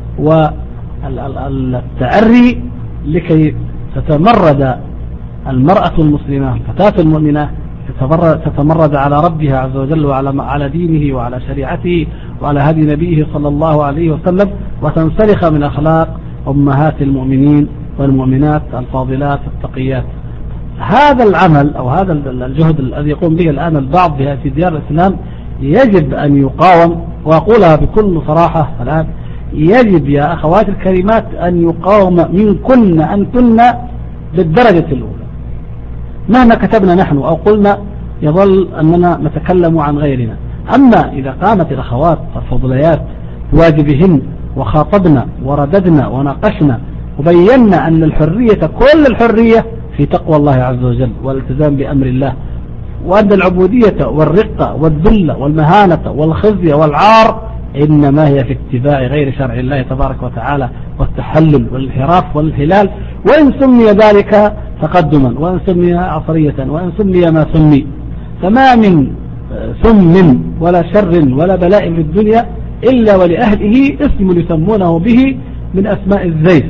والتعري لكي تتمرد المرأة المسلمة الفتاة المؤمنة، تتمرد على ربها عز وجل وعلى دينه وعلى شريعته وعلى هدي نبيه صلى الله عليه وسلم، وتنسلخ من أخلاق أمهات المؤمنين والمؤمنات الفاضلات التقيات. هذا العمل أو هذا الجهد الذي يقوم به الآن البعض في ديار الإسلام يجب أن يقاوم، وأقولها بكل صراحة الآن: يجب يا أخوات الكريمات أن يقاوم منكن أنتن بالدرجة الأولى. مهما كتبنا نحن أو قلنا يظل أننا نتكلم عن غيرنا. أما إذا قامت الأخوات الفضليات بواجبهن وخاطبنا ورددنا وناقشنا وبينا أن الحرية كل الحرية في تقوى الله عز وجل والالتزام بأمر الله، وأن العبودية والرقة والذلة والمهانة والخزي والعار إنما هي في اتباع غير شرع الله تبارك وتعالى والتحلل والانحراف والانحلال، وإن سمي ذلك تقدما وإن سمي عصرية وإن سمي ما سمي، فما من سم ولا شر ولا بلاء في الدنيا إلا ولأهله اسم يسمونه به من أسماء الزيف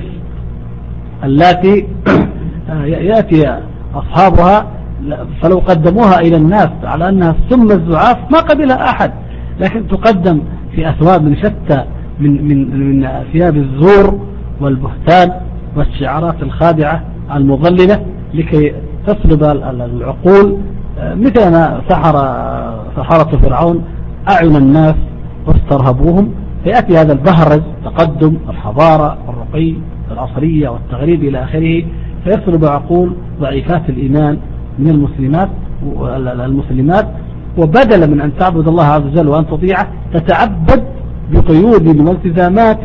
التي يأتي أصحابها فلو قدموها إلى الناس على أنها السم الزعاف ما قبلها أحد، لكن تقدم في أثواب من شتى من أثياب الزور والبهتان والشعارات الخادعة المضللة لكي تسلب العقول، مثل ما سحرة فرعون أعين الناس واسترهبوهم. فيأتي هذا البهرج تقدم الحضارة الرقي العصرية والتغريب إلى آخره، فيسلب عقول ضعيفات الإيمان من المسلمات، وبدلا من أن تعبد الله عز وجل وأن تطيعه تتعبد بقيود والتزامات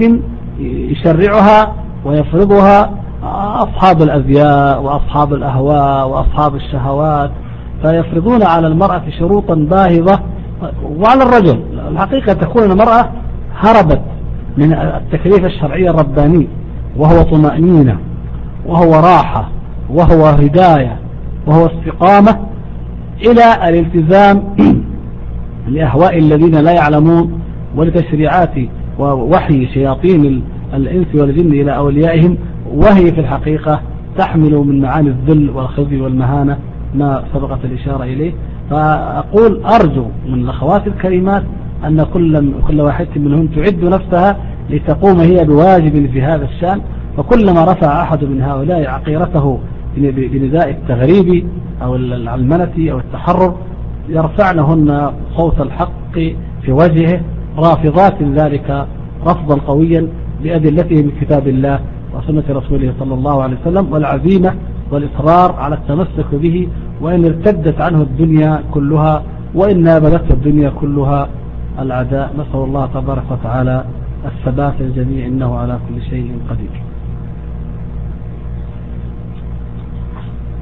يشرعها ويفرضها أصحاب الأزياء وأصحاب الأهواء وأصحاب الشهوات، فيفرضون على المرأة شروطا باهظة وعلى الرجل. الحقيقة تكون المرأة هربت من التكليف الشرعي الرباني، وهو طمأنينة وهو راحة وهو هداية وهو استقامة، إلى الالتزام لأهواء الذين لا يعلمون ولتشريعات ووحي شياطين الإنس والجن إلى أوليائهم، وهي في الحقيقة تحمل من معاني الذل والخزي والمهانة ما سبقت الإشارة إليه. فأقول أرجو من الأخوات الكريمات أن كل واحد منهم تعد نفسها لتقوم هي بواجب في هذا الشأن، فكلما رفع أحد من هؤلاء عقيرته بنداء التغريب أو العلمنة أو التحرر يرفعنهن صوت الحق في وجهه رافضات ذلك رفضا قويا بأدلته من كتاب الله وسنة رسوله صلى الله عليه وسلم، والعزيمة والإصرار على التمسك به، وإن ارتدت عنه الدنيا كلها وإن نابلته الدنيا كلها العداء. نسأل الله تبارك وتعالى الثبات الجميع إنه على كل شيء قدير.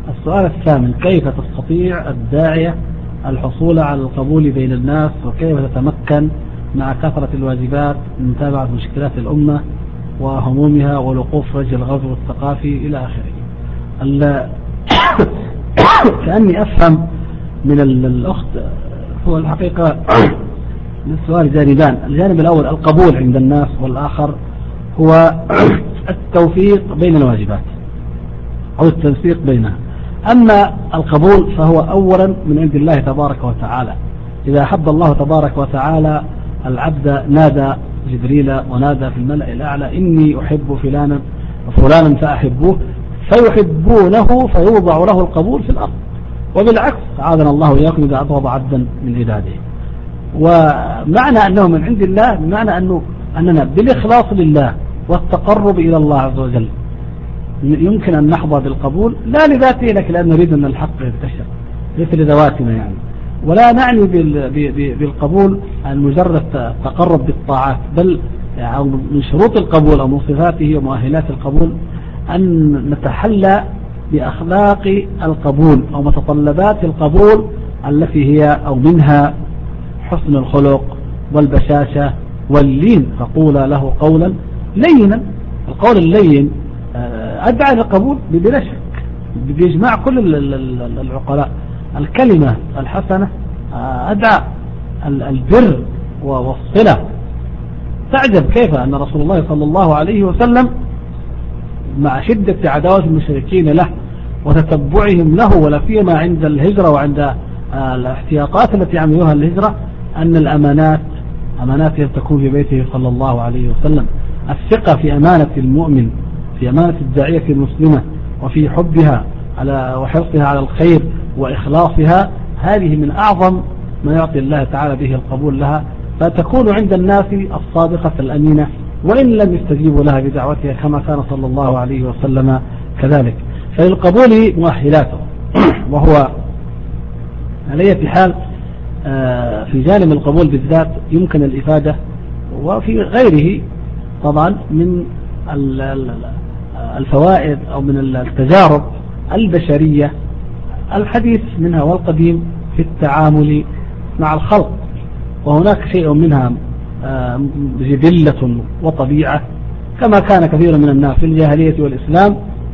السؤال الثامن: كيف تستطيع الداعية الحصول على القبول بين الناس، وكيف تتمكن مع كثرة الواجبات من متابعة مشكلات الأمة وهمومها والوقوف وجه الغزو الثقافي إلى آخره؟ كأني أفهم من الأخت هو الحقيقة للسؤال جانبان: الجانب الأول القبول عند الناس، والآخر هو التوفيق بين الواجبات أو التنسيق بينها. أما القبول فهو أولا من عند الله تبارك وتعالى. إذا أحب الله تبارك وتعالى العبد نادى جبريل ونادى في الملأ الأعلى: إني أحب فلانا فأحبوه، فيحبونه فيوضع له القبول في الأرض. وبالعكس عاذنا الله وإياكم إذا أبغض عبدا من عباده. ومعنى أنه من عند الله بمعنى أننا بالإخلاص لله والتقرب إلى الله عز وجل يمكن أن نحظى بالقبول، لا لذاته لكن لأن نريد أن الحق ينتشر ليس لذواتنا يعني. ولا نعني بالقبول المجرد التقرب بالطاعات، بل من شروط القبول أو من صفاته ومؤهلات القبول أن نتحلى بأخلاق القبول أو متطلبات القبول التي هي أو منها حسن الخلق والبشاشة واللين، فقولا له قولا لينا. القول اللين أدعى للقبول بلا شك، بيجمع كل العقلاء. الكلمة الحسنة أدعى البر والصلة. تعجب كيف أن رسول الله صلى الله عليه وسلم مع شدة عداوة المشركين له وتتبعهم له، ولا فيما عند الهجرة وعند الاحتياطات التي عملوها الهجرة، أن الأمانات أماناتهم تكون في بيته صلى الله عليه وسلم. الثقة في أمانة المؤمن، في أمانة الداعية المسلمة، وفي حبها وحرصها على الخير وإخلاصها، هذه من أعظم ما يعطي الله تعالى به القبول لها، فتكون عند الناس الصادقة الأمينة وإن لم يستجيبوا لها بدعوتها، كما كان صلى الله عليه وسلم كذلك. فللقبول مؤهلاته، وهو على أي حال في جانب القبول بالذات يمكن الإفادة، وفي غيره طبعا من الفوائد أو من التجارب البشرية الحديث منها والقديم في التعامل مع الخلق. وهناك شيء منها جبلة وطبيعة، كما كان كثير من الناس في الجاهلية والإسلام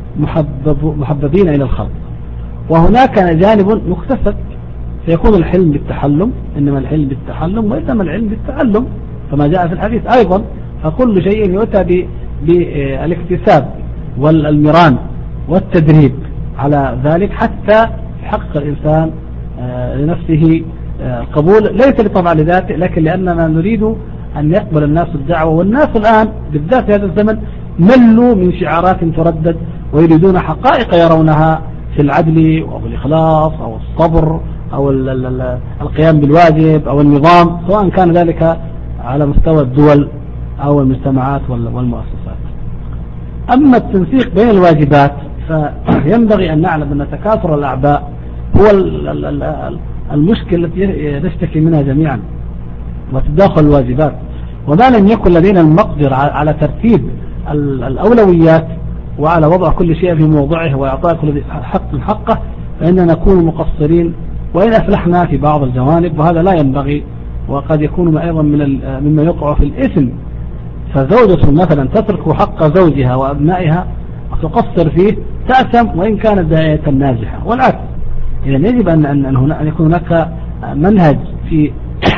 محببين إلى الخلق. وهناك جانب مكتسب، فيكون الحلم بالتحلم، إنما الحلم بالتحلم وإنما العلم بالتعلم كما جاء في الحديث أيضا. فكل شيء يؤتى بالاكتساب والمران والتدريب على ذلك حتى يحقق الإنسان لنفسه القبول، ليس لطبع لذاته لكن لأننا نريد أن يقبل الناس الدعوة. والناس الآن بالذات في هذا الزمن ملوا من شعارات تردد، ويريدون حقائق يرونها في العدل أو الإخلاص أو الصبر أو القيام بالواجب أو النظام، سواء كان ذلك على مستوى الدول أو المجتمعات والمؤسسات. أما التنسيق بين الواجبات فينبغي أن نعلم أن تكاثر الأعباء هو المشكلة التي نشتكي منها جميعا، وتداخل الواجبات. وما لم يكن لدينا المقدرة على ترتيب الأولويات وعلى وضع كل شيء في موضعه وإعطاء كل حق حقه، فإننا نكون مقصرين وإن أفلحنا في بعض الجوانب، وهذا لا ينبغي. وقد يكون أيضا مما يقع في الإثم، فزوجة مثلا تترك حق زوجها وأبنائها وتقصر فيه تأثم وإن كانت داعية ناجحة، والعكس. إذن يجب أن يكون هناك منهج في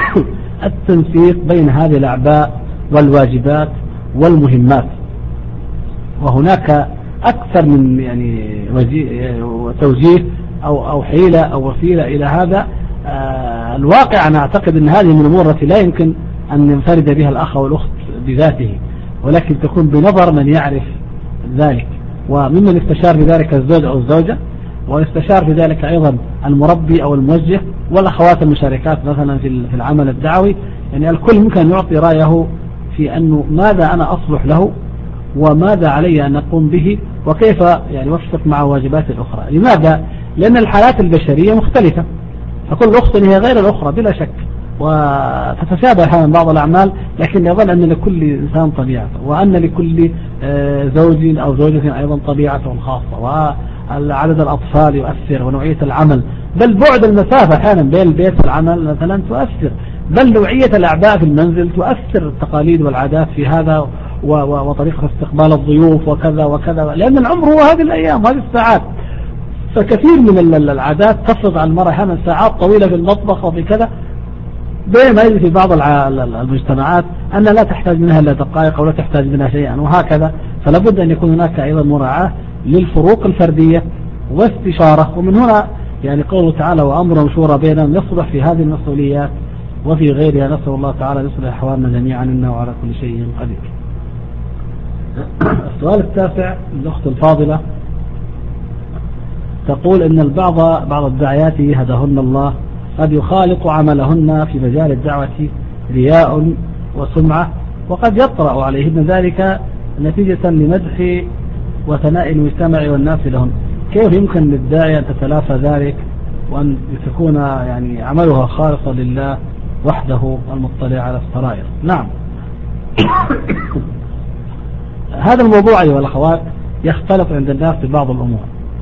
التنسيق بين هذه الأعباء والواجبات والمهمات. وهناك أكثر من توجيه أو حيلة أو وسيلة إلى هذا. الواقع أنا أعتقد أن هذه من الأمور التي لا يمكن أن ينفرد بها الأخ والأخت بذاته، ولكن تكون بنظر من يعرف ذلك، وممن استشار في ذلك الزوج أو الزوجة، ويستشار في ذلك أيضا المربي أو الموجه والأخوات المشاركات مثلا في العمل الدعوي. يعني الكل ممكن أن يعطي رأيه في أنه ماذا أنا أصلح له وماذا علي أن أقوم به وكيف وفق مع واجبات الأخرى. لماذا؟ لأن الحالات البشرية مختلفة، فكل أخت هي غير الأخرى بلا شك، وتتشابه أحيانا بعض الأعمال، لكن يظل أن لكل إنسان طبيعته، وأن لكل زوج أو زوجة أيضا طبيعته الخاصة، عدد الأطفال يؤثر ونوعية العمل، بل بعد المسافة أحيانا بين البيت والعمل مثلا تؤثر، بل نوعية الأعباء في المنزل تؤثر، التقاليد والعادات في هذا وطريقة استقبال الضيوف وكذا وكذا، لأن العمر هو هذه الأيام وهذه الساعات. فكثير من العادات تفرض على المرأة أحيانا ساعات طويلة في المطبخ وفي كذا، بينما يجد في بعض المجتمعات أن لا تحتاج منها إلا دقائق أو لا تحتاج منها شيئا وهكذا. فلا بد أن يكون هناك أيضا مراعاة للفروق الفردية واستشارة. ومن هنا يعني قوله تعالى وأمر شورى بينهم يصلح في هذه المسؤوليات وفي غيرها. نسأل الله تعالى يصلح أحوالنا جميعا إنه على كل شيء قدير. السؤال التاسع الأخت الفاضلة تقول إن بعض الداعيات هداهن الله قد يخالط عملهن في مجال الدعوة رياء وسمعة، وقد يطرأ عليهن ذلك نتيجة لمدح وثناء المجتمع والناس لهن. كيف يمكن للداعية أن تتلافى ذلك وأن تكون يعني عملها خالصا لله وحده المطلع على السرائر؟ نعم. هذا الموضوع أيها الأخوات يختلف عند الناس في بعض الأمور.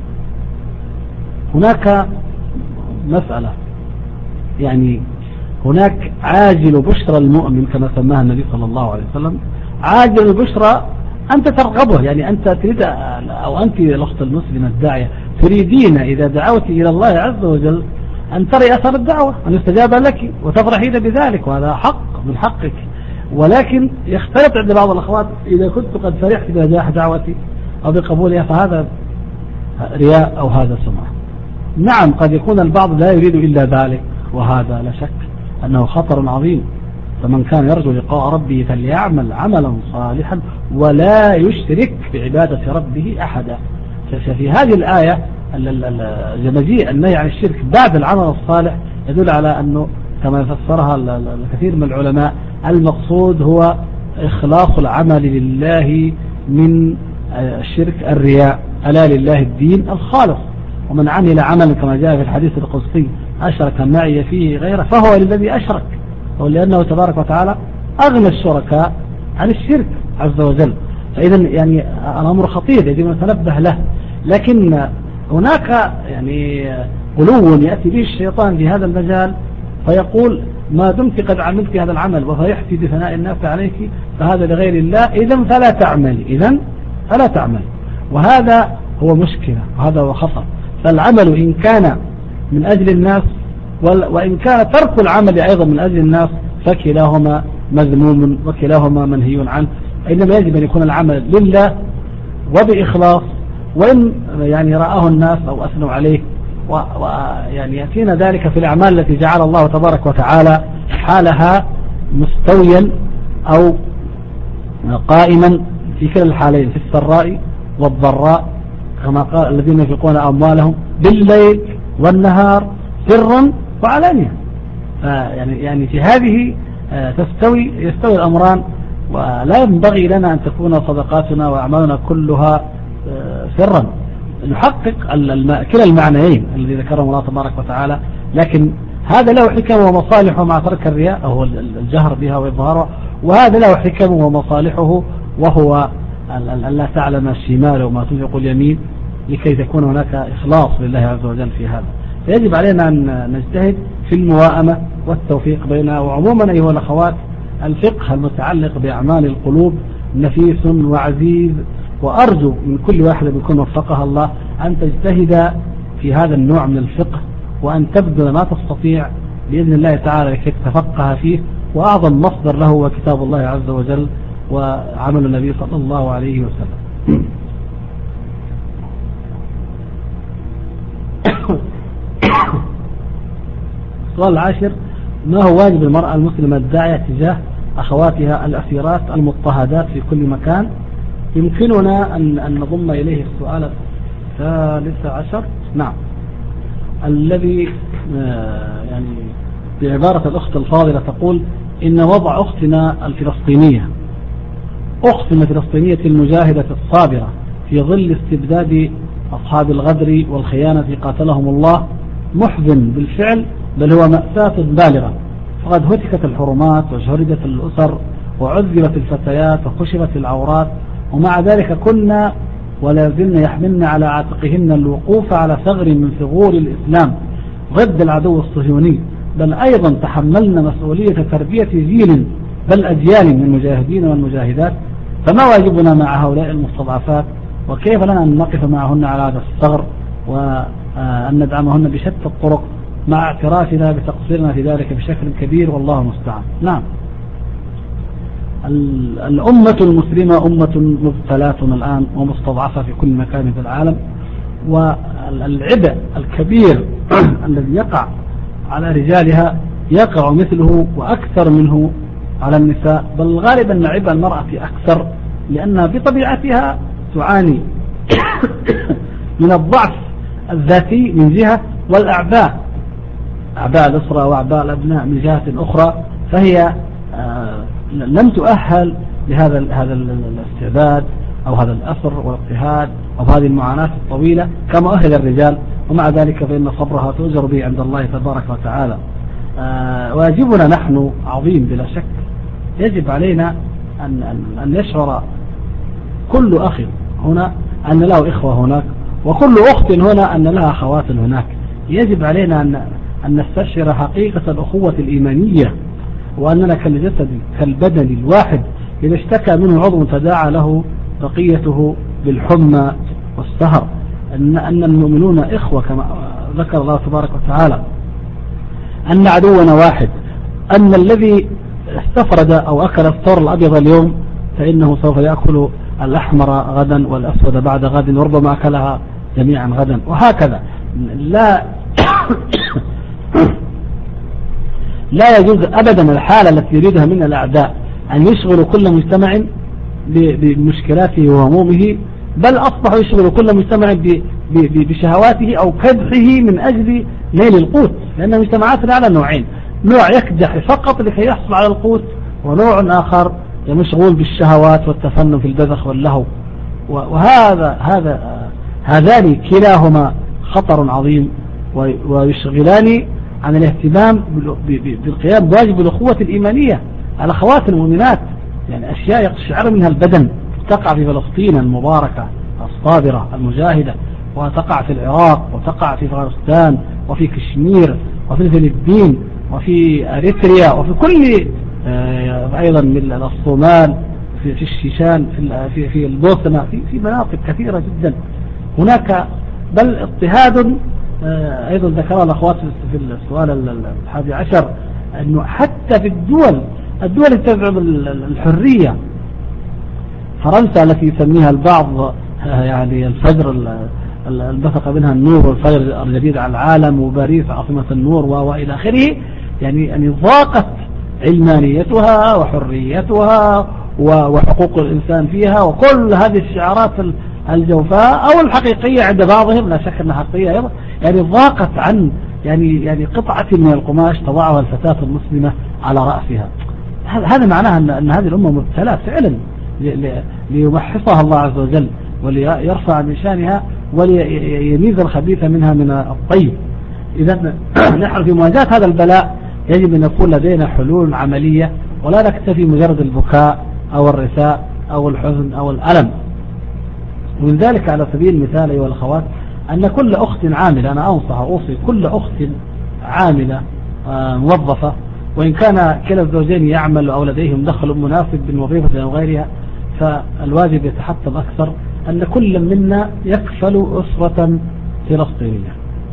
هناك مسألة يعني هناك عاجل بشرى المؤمن كما سماها النبي صلى الله عليه وسلم. عاجل البشرى أنت ترغبه، يعني أنت تريد أو أنت الأخت المسلمة الداعية تريدين إذا دعوت إلى الله عز وجل أن تري أثر الدعوة أن يستجاب لك وتفرحين بذلك، وهذا حق من حقك. ولكن يختلف عند بعض الأخوات إذا كنت قد فرحت بنجاح دعوتي أو بقبولها فهذا رياء أو هذا سمعة. نعم قد يكون البعض لا يريد إلا ذلك، وهذا لا شك أنه خطر عظيم. فمن كان يرجو لقاء ربه فليعمل عملا صالحا ولا يشرك بعبادة ربه أحدا. ففي هذه الآية مجيء النهي عن الشرك بعد العمل الصالح يدل على أنه كما يفسرها الكثير من العلماء المقصود هو إخلاص العمل لله من الشرك الرياء. ألا لله الدين الخالص، ومن عمل عملا كما جاء في الحديث القدسي أشرك معي فيه غيره فهو للذي أشرك، ولأنه تبارك وتعالى أغنى الشركاء عن الشرك عز وجل. فإذا يعني الأمر خطير يجب أن نتنبه له. لكن هناك يعني غلو يأتي به الشيطان في هذا المجال فيقول ما دمت قد عملت هذا العمل وفرحت بثناء الناس عليك فهذا لغير الله، إذن فلا تعمل، إذن فلا تعمل. وهذا هو مشكلة وهذا هو خطر. فالعمل إن كان من أجل الناس وإن كان ترك العمل أيضا من أجل الناس فكلاهما مذموم وكلاهما منهي عنه. إنما يجب أن يكون العمل لله وبإخلاص، وإن يعني رآه الناس أو أثنوا عليه ويعني يأتينا ذلك في الأعمال التي جعل الله تبارك وتعالى حالها مستويا أو قائما في كلا الحالين في السراء والضراء، كما قال الذين ينفقون أموالهم بالليل والنهار سرا وعلانية. يعني في هذه يستوي الأمران، ولا ينبغي لنا أن تكون صدقاتنا وأعمالنا كلها سرا. نحقق كلا المعنيين الذي ذكرهم الله تبارك وتعالى، لكن هذا له حكم ومصالحه مع ترك الرياء أو الجهر بها وإظهارها، وهذا له حكم ومصالحه وهو أن لا تعلم الشمال وما تنفق اليمين لكي تكون هناك إخلاص لله عز وجل في هذا. فيجب علينا أن نجتهد في المواءمة والتوفيق بينها. وعموما أيها الأخوات الفقه المتعلق بأعمال القلوب نفيس وعزيز، وأرجو من كل واحد يكون وفقها الله أن تجتهد في هذا النوع من الفقه وأن تبذل ما تستطيع بإذن الله تعالى لكي تتفقه فيه. وأعظم مصدر له هو كتاب الله عز وجل وعمل النبي صلى الله عليه وسلم. السؤال العاشر: ما هو واجب المرأة المسلمة الداعية تجاه أخواتها الأسيرات المضطهدات في كل مكان؟ يمكننا أن نضم إليه السؤال الثالث عشر. نعم، الذي يعني بعبارة الأخت الفاضلة تقول إن وضع أختنا الفلسطينية المجاهدة الصابرة في ظل استبداد أصحاب الغدر والخيانة قاتلهم الله محزن بالفعل، بل هو مأساة بالغة. فقد هتكت الحرمات وشردت الأسر وعذبت الفتيات وكشفت العورات، ومع ذلك كنا ولا زلن يحملن على عاتقهن الوقوف على ثغر من ثغور الإسلام ضد العدو الصهيوني، بل أيضا تحملن مسؤولية تربية جيل بل أجيال من المجاهدين والمجاهدات. فما واجبنا مع هؤلاء المستضعفات؟ وكيف لنا أن نقف معهن على هذا الثغر وأن ندعمهن بشتى الطرق مع اعترافنا بتقصيرنا في ذلك بشكل كبير، والله المستعان. نعم، الأمة المسلمة أمة مبتلاة الآن ومستضعفة في كل مكان في العالم، والعبء الكبير الذي يقع على رجالها يقع مثله وأكثر منه على النساء، بل الغالب أن عبء المرأة أكثر، لأنها بطبيعتها تعاني من الضعف الذاتي من جهة، والأعباء أعباء الأسرة وأعباء الأبناء من جهة أخرى، فهي لم تؤهل لهذا الاستعداد أو هذا الأسر والاضطهاد أو هذه المعاناة الطويلة كما أهل الرجال، ومع ذلك فإن صبرها تؤجر به عند الله تبارك وتعالى. واجبنا نحن عظيم بلا شك، يجب علينا أن يشعر كل أخ هنا أن له إخوة هناك، وكل أخت هنا أن لها أخوات هناك. يجب علينا أن نستشعر حقيقة الأخوة الإيمانية، وأننا كالجسد كالبدن الواحد إذا اشتكى منه عضو تداعى له بقيته بالحمى والسهر، أن المؤمنون إخوة كما ذكر الله تبارك وتعالى، أن عدونا واحد، أن الذي استفرد أو أكل الثور الأبيض اليوم فإنه سوف يأكل الأحمر غدا والأسود بعد غد، وربما أكلها جميعا غدا، وهكذا. لا يجوز أبدا الحالة التي يريدها من الأعداء أن يشغلوا كل مجتمع بمشكلاته وهمومه، بل أصبحوا يشغلوا كل مجتمع بشهواته أو كدحه من أجل نيل القوت، لأن مجتمعاتنا على نوعين: نوع يكدح فقط لكي يحصل على القوت، ونوع آخر مشغول بالشهوات والتفنن في البذخ واللهو. هذان كلاهما خطر عظيم، ويشغلان عن الاهتمام بالقيام بواجب الأخوة الإيمانية على أخوات المؤمنات. يعني أشياء يقشعر منها البدن تقع في فلسطين المباركة الصابرة المجاهدة، وتقع في العراق، وتقع في أفغانستان، وفي كشمير، وفي الفلبين، وفي أريتريا، وفي كل أيضا من الصومال، في الشيشان، في البوسنة، في مناطق كثيرة جدا هناك، بل اضطهاد. أيضا ذكر الأخوات في السؤال 11 أنه حتى في الدول تدعم الحرية، فرنسا التي يسميها البعض يعني الفجر البثق منها النور والفجر الجديد على العالم، وباريس عاصمة النور وإلى آخره، يعني ضاقت علمانيتها وحريتها وحقوق الإنسان فيها، وكل هذه الشعارات الجوفاء أو الحقيقية عند بعضهم، لا شك أنها حقيقية أيضا، يعني ضاقت عن يعني قطعة من القماش تضعها الفتاة المسلمة على رأسها. هذا معناها أن هذه الأمة مبتلى فعلا، ليمحصها الله عز وجل وليرفع من شانها وليميز الخبيث منها من الطيب. إذا نحن في مواجهة هذا البلاء يجب أن يكون لدينا حلول عملية، ولا نكتفي مجرد البكاء أو الرثاء أو الحزن أو الألم. ومن ذلك على سبيل المثال أيها الأخوات أن كل أخت عاملة، أنا أوصي كل أخت عاملة موظفة، وإن كان كلا الزوجين يعمل أو لديهم دخل مناسب بالوظيفة أو غيرها، فالواجب يتحتم أكثر أن كل منا يكفل أسرة فلسطينية،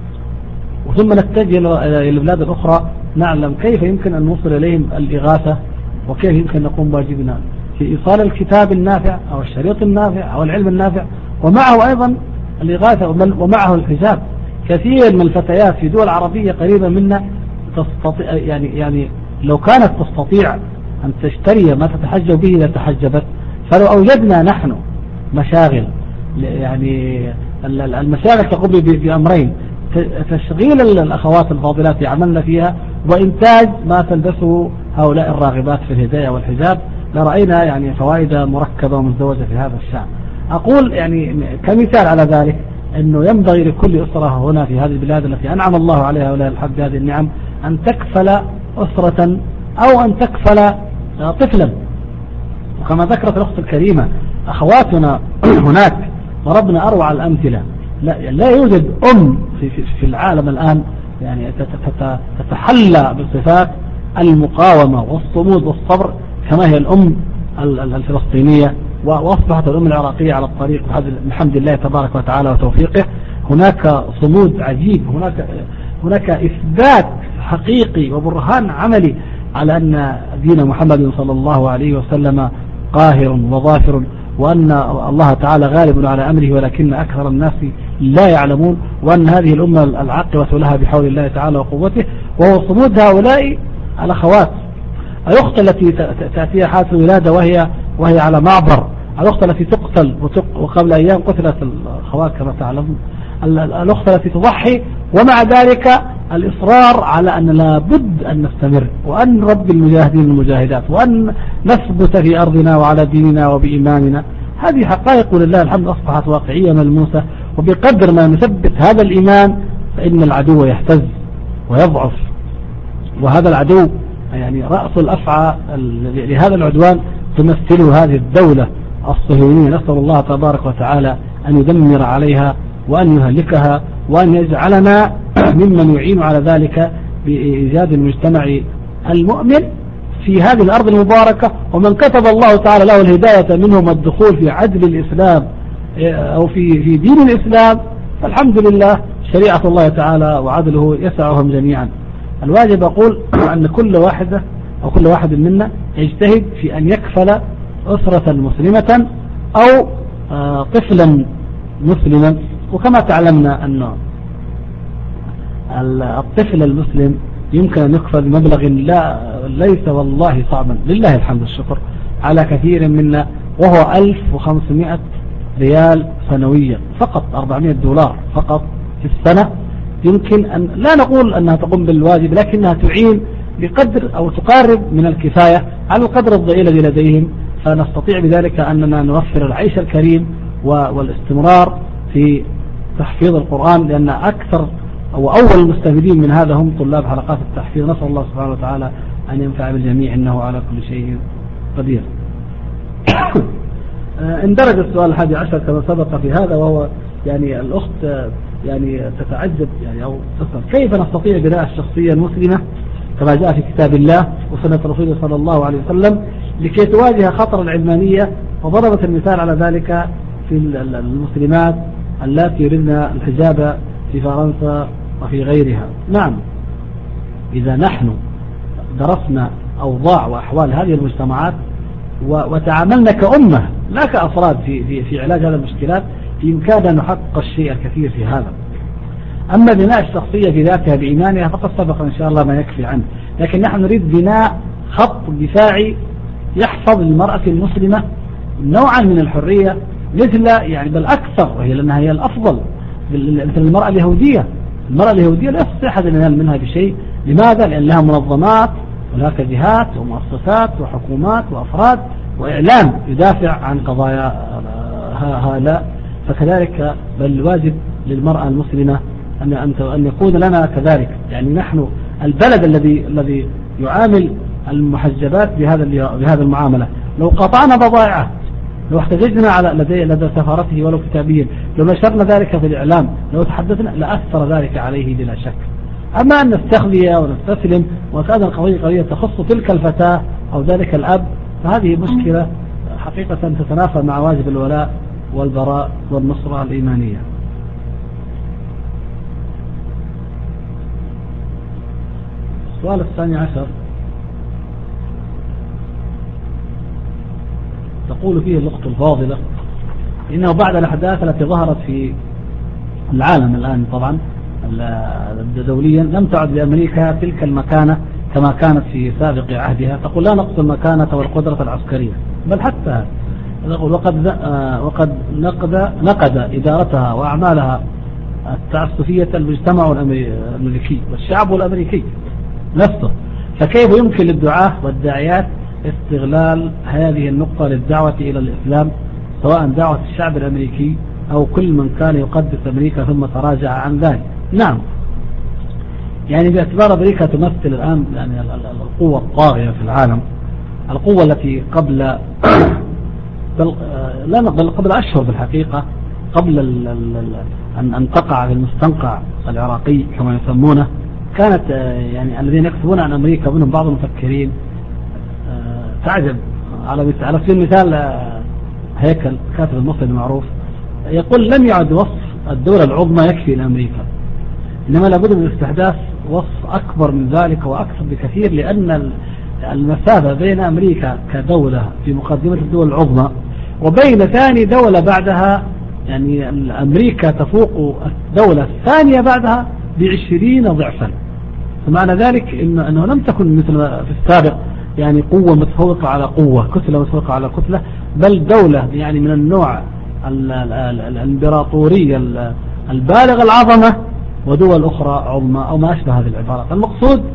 وثم نتجه إلى البلاد الأخرى نعلم كيف يمكن أن نوصل إليهم الإغاثة، وكيف يمكن نقوم بواجبنا في إيصال الكتاب النافع أو الشريط النافع أو العلم النافع، ومعه أيضا الإغاثة ومعه الحجاب. كثير من الفتيات في دول عربية قريبة منا تستطيع يعني لو كانت تستطيع أن تشتري ما تتحجب به لتحجبت. فلو أوجدنا نحن مشاغل، يعني المشاغل تقوم بأمرين: تشغيل الأخوات الفاضلات يعملن فيها، وإنتاج ما تلبسه هؤلاء الراغبات في الهداية والحجاب، لرأينا يعني فوائد مركبة ومزدوجة في هذا الشأن. أقول يعني كمثال على ذلك أنه ينبغي لكل أسرة هنا في هذه البلاد التي أنعم الله عليها ولا الحمد هذه النعم أن تكفل أسرة أو أن تكفل طفلا. وكما ذكرت الأخت الكريمة أخواتنا هناك ضربنا أروع الأمثلة. لا يوجد أم في العالم الآن يعني تتحلى بصفات المقاومة والصمود والصبر كما هي الأم الفلسطينية، وأصبحت الأم العراقية على الطريق بحمد الله تبارك وتعالى وتوفيقه. هناك صمود عجيب، هناك إثبات حقيقي وبرهان عملي على أن دين محمد صلى الله عليه وسلم قاهر وظافر، وأن الله تعالى غالب على أمره ولكن أكثر الناس لا يعلمون، وأن هذه الأمة العاقبة لها بحول الله تعالى وقوته. وهو صمود هؤلاء الأخوات، الأخت التي تأتيها حالة الولادة وهي على معبر، الأخت التي تقتل وقبل أيام قتلت الأخوات كما تعلمون، الأخت التي تضحي، ومع ذلك الإصرار على أن لا بد أن نستمر، وأن نربي المجاهدين والمجاهدات، وأن نثبت في أرضنا وعلى ديننا وبإيماننا. هذه حقائق لله الحمد أصبحت واقعية ملموسة، وبقدر ما نثبت هذا الإيمان فإن العدو يهتز ويضعف. وهذا العدو يعني رأس الأفعى لهذا العدوان تمثله هذه الدولة الصهيونية. نسأل الله تبارك وتعالى أن يدمر عليها وأن يهلكها، وأن يجعلنا ممن يعين على ذلك بإيجاد المجتمع المؤمن في هذه الأرض المباركة. ومن كتب الله تعالى له الهداية منهم الدخول في عدل الإسلام أو في دين الإسلام، فالحمد لله شريعة الله تعالى وعدله يسعهم جميعا. الواجب أقول أن كل واحد منا يجتهد في أن يكفل أسرة مسلمة أو طفلا مسلما. وكما تعلمنا أن الطفل المسلم يمكن أن يكفل مبلغ ليس والله صعبا، لله الحمد والشكر على كثير منا، وهو 1500 ريال سنويا فقط، $400 فقط في السنة. يمكن أن لا نقول أنها تقوم بالواجب، لكنها تعين بقدر أو تقارب من الكفاية على القدر الضئيل الذي لديهم، فنستطيع بذلك أننا نوفر العيش الكريم والاستمرار في تحفيظ القرآن، لأن أكثر أو أول المستفيدين من هذا هم طلاب حلقات التحفيظ. نسأل الله سبحانه وتعالى أن ينفع بالجميع إنه على كل شيء قدير. اندرج السؤال 11 كما سبق في هذا، وهو يعني الأخت يعني تتعجب يعني أو تسأل كيف نستطيع بناء الشخصية المسلمة كما جاء في كتاب الله وسنة رسوله صلى الله عليه وسلم لكي تواجه خطر العلمانية. وضربت المثال على ذلك في المسلمات التي يريدن الحجاب في فرنسا وفي غيرها. نعم، إذا نحن درسنا أوضاع وأحوال هذه المجتمعات وتعاملنا كأمة لا كأفراد في علاج هذه المشكلات، بإمكاننا أن نحقق الشيء الكثير في هذا. أما بناء الشخصية في ذاتها بإيمانها فقد سبق إن شاء الله ما يكفي عنه، لكن نحن نريد بناء خط دفاعي يحفظ للمرأة المسلمة نوعا من الحرية، مثل يعني بل أكثر، وهي لأنها هي الأفضل مثل المرأة اليهودية. المرأة اليهودية لا يستطيع أحد أن ينال منها بشيء. لماذا؟ لأن لها منظمات وهناك جهات ومؤسسات وحكومات وأفراد وإعلام يدافع عن قضايا هؤلاء. فكذلك بل الواجب للمرأة المسلمة أن يكون لنا كذلك. يعني نحن البلد الذي يعامل المحجبات بهذا المعاملة، لو قطعنا بضائعه، لو احتججنا على لدى سفارته ولو كتابيا، لو نشرنا ذلك في الإعلام، لو تحدثنا لأثر ذلك عليه بلا شك. أما أن نستخلي ونستسلم وكأن القضية تخص تلك الفتاة أو ذلك الأب، فهذه مشكلة حقيقة تتنافى مع واجب الولاء والبراء والنصرة الإيمانية. السؤال 12 تقول فيه الأخت الفاضلة إنه بعد الأحداث التي ظهرت في العالم الآن طبعا دوليا لم تعد لأمريكا تلك المكانة كما كانت في سابق عهدها. تقول لا نقص المكانة والقدرة العسكرية، بل حتى وقد نقد إدارتها وأعمالها التعسفية المجتمع الأمريكي والشعب الأمريكي نفسه. فكيف يمكن للدعاة والداعيات استغلال هذه النقطة للدعوة إلى الإسلام، سواء دعوة الشعب الأمريكي أو كل من كان يقدس أمريكا ثم تراجع عن ذلك؟ نعم، يعني باعتبار أمريكا تمثل الآن يعني القوة الطاغية في العالم، القوة التي قبل قبل أشهر بالحقيقة قبل أن تقع في المستنقع العراقي كما يسمونه، كانت يعني الذين يكتبون عن أمريكا منهم بعض المفكرين تعجب. على سبيل المثال هيكل كاتب المصري المعروف يقول لم يعد وصف الدولة العظمى يكفي لأمريكا، إنما لابد من استحداث وصف أكبر من ذلك وأكثر بكثير، لأن المسافة بين أمريكا كدولة في مقدمة الدول العظمى وبين ثاني دولة بعدها، يعني أمريكا تفوق الدولة الثانية بعدها ب20 ضعفا. فمعنى ذلك أنه لم تكن مثل في السابق يعني قوة متفوقة على قوة، كتلة متفوقة على كتلة، بل دولة يعني من النوع الامبراطورية البالغ العظمة ودول أخرى عظمى أو ما أشبه هذه العبارات. المقصود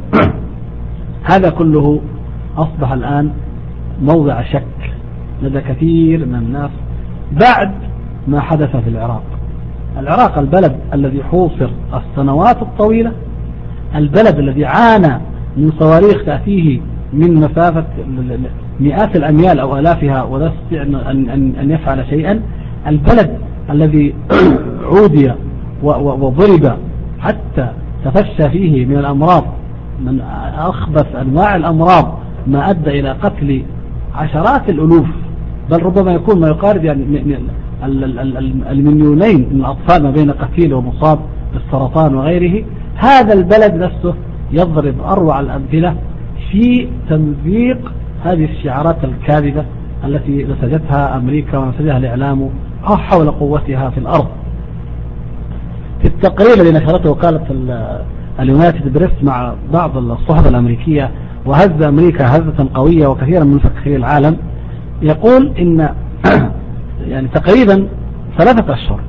هذا كله أصبح الآن موضع شك لدى كثير من الناس بعد ما حدث في العراق. العراق البلد الذي حوصر السنوات الطويلة، البلد الذي عانى من صواريخ تأتيه من مسافة مئات الأميال أو آلافها ولا يستطيع أن يفعل شيئا، البلد الذي عودي وضرب حتى تفشى فيه من الأمراض، من أخبث أنواع الأمراض ما أدى إلى قتل عشرات الألوف، بل ربما يكون ما يقارب يعني المليونين من الأطفال ما بين قتيل ومصاب بالسرطان وغيره. هذا البلد نفسه يضرب أروع الأمثلة في تمزيق هذه الشعارات الكاذبة التي نسجتها أمريكا ونسجها الإعلام حول قوتها في الأرض. في التقرير الذي نشرته وكالة اليونايتد بريس مع بعض الصحف الأمريكية وهز أمريكا هزة قوية وكثيرا من مفكري العالم، يقول إن يعني تقريبا 3 أشهر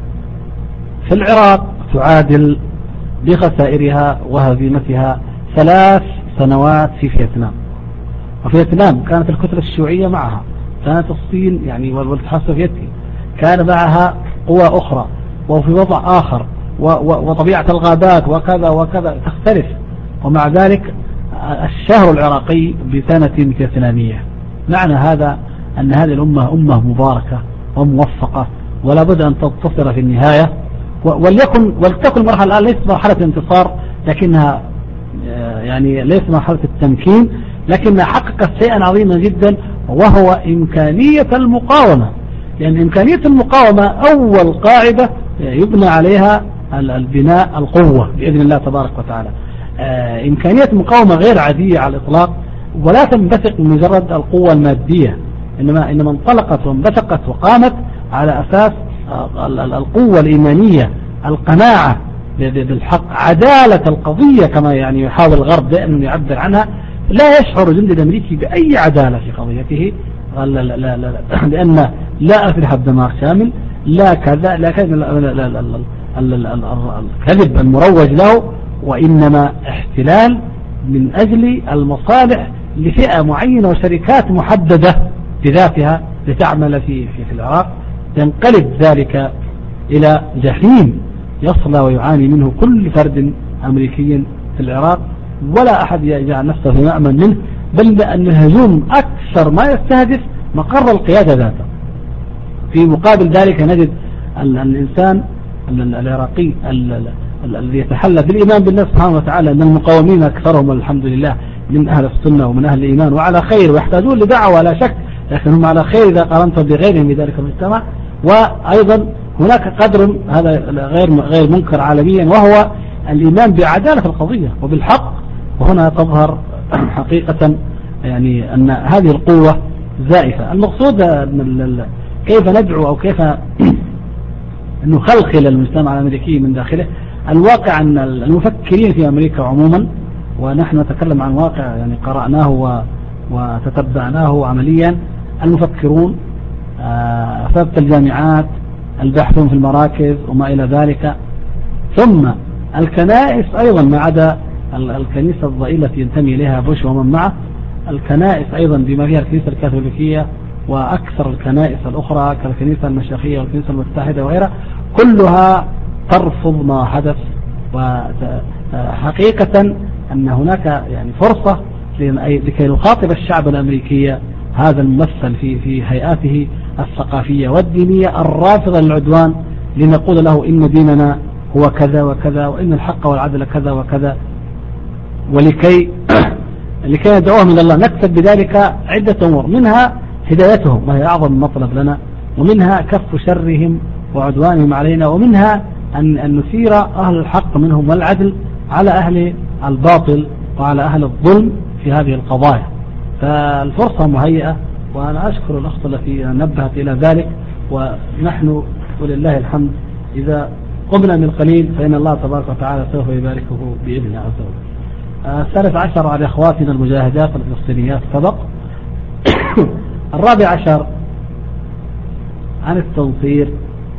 في العراق تعادل بخسائرها وهزيمتها 3 سنوات في فيتنام. وفيتنام كانت الكتلة الشيوعية معها، كانت الصين يعني والاتحاد السوفيتي كان معها قوى أخرى وفي وضع آخر، وطبيعة الغابات وكذا وكذا تختلف، ومع ذلك الشهر العراقي بسنة فيتنامية. معنى هذا أن هذه الأمة أمة مباركة وموفقة ولا بد أن تنتصر في النهاية، ولتكن المرحلة الآن ليست مرحلة انتصار، لكنها يعني ليست مرحلة التمكين، لكنها حققت شيئا عظيما جدا وهو إمكانية المقاومة. لأن إمكانية المقاومة أول قاعدة يبنى عليها البناء القوة بإذن الله تبارك وتعالى. إمكانية المقاومة غير عادية على الإطلاق، ولا تنبثق من مجرد القوة المادية، إنما انطلقت وانبثقت وقامت على أساس القوة الإيمانية، القناعة بالحق، عدالة القضية كما يعني يحاول الغرب دائما يعبر عنها. لا يشعر الجندي الأمريكي بأي عدالة في قضيته، لا لا لا لا لأن لا أسلحة بدمار شامل، لا كذا، لا كذا، الكذب المروج له، وإنما احتلال من أجل المصالح لفئة معينة وشركات محددة بذاتها لتعمل في العراق. ينقلب ذلك إلى جحيم يصلى ويعاني منه كل فرد أمريكي في العراق، ولا أحد يجعل نفسه في مأمن منه، بل أن الهجوم أكثر ما يستهدف مقر القيادة ذاته. في مقابل ذلك نجد الإنسان العراقي الذي يتحلى بالإيمان بالله سبحانه وتعالى أن المقاومين أكثرهم والحمد لله من أهل السنة ومن أهل الإيمان وعلى خير ويحتاجون لدعوة لا شك، لكن هم على خير إذا قارنتم بغيرهم بذلك المجتمع. وأيضا هناك قدر هذا غير منكر عالميا وهو الإيمان بعدالة القضية وبالحق. وهنا تظهر حقيقة يعني أن هذه القوة زائفة. المقصود كيف ندعو أو كيف نخلخل المجتمع الأمريكي من داخله. الواقع أن المفكرين في أمريكا عموما، ونحن نتكلم عن واقع يعني قرأناه وتتبعناه عمليا، المفكرون أساتذة الجامعات، الباحثون في المراكز وما إلى ذلك، ثم الكنائس أيضا ما عدا الكنيسة الضئيلة التي ينتمي إليها بوش ومن معه، الكنائس أيضا بما فيها الكنيسة الكاثوليكية وأكثر الكنائس الأخرى كالكنيسة المشيخية والكنيسة المتحدة وغيرها، كلها ترفض ما حدث. وحقيقة أن هناك يعني فرصة لكي نخاطب الشعب الأمريكي هذا الممثل في هيئاته الثقافية والدينية الرافضة للعدوان لنقول له إن ديننا هو كذا وكذا، وإن الحق والعدل كذا وكذا، ولكي ندعوه من الله. نكسب بذلك عدة أمور، منها هدايتهم وهي أعظم مطلب لنا، ومنها كف شرهم وعدوانهم علينا، ومنها أن نثير أهل الحق منهم والعدل على أهل الباطل وعلى أهل الظلم في هذه القضايا. فالفرصة مهيئة، وأنا أشكر الأخت التي نبهت إلى ذلك، ونحن ولله الحمد إذا قمنا من قليل فإن الله تبارك وتعالى سوف يباركه بإذنه عز وجل. 13 على أخواتنا المجاهدات الفلسطينيات سبق. 14 عن التنصير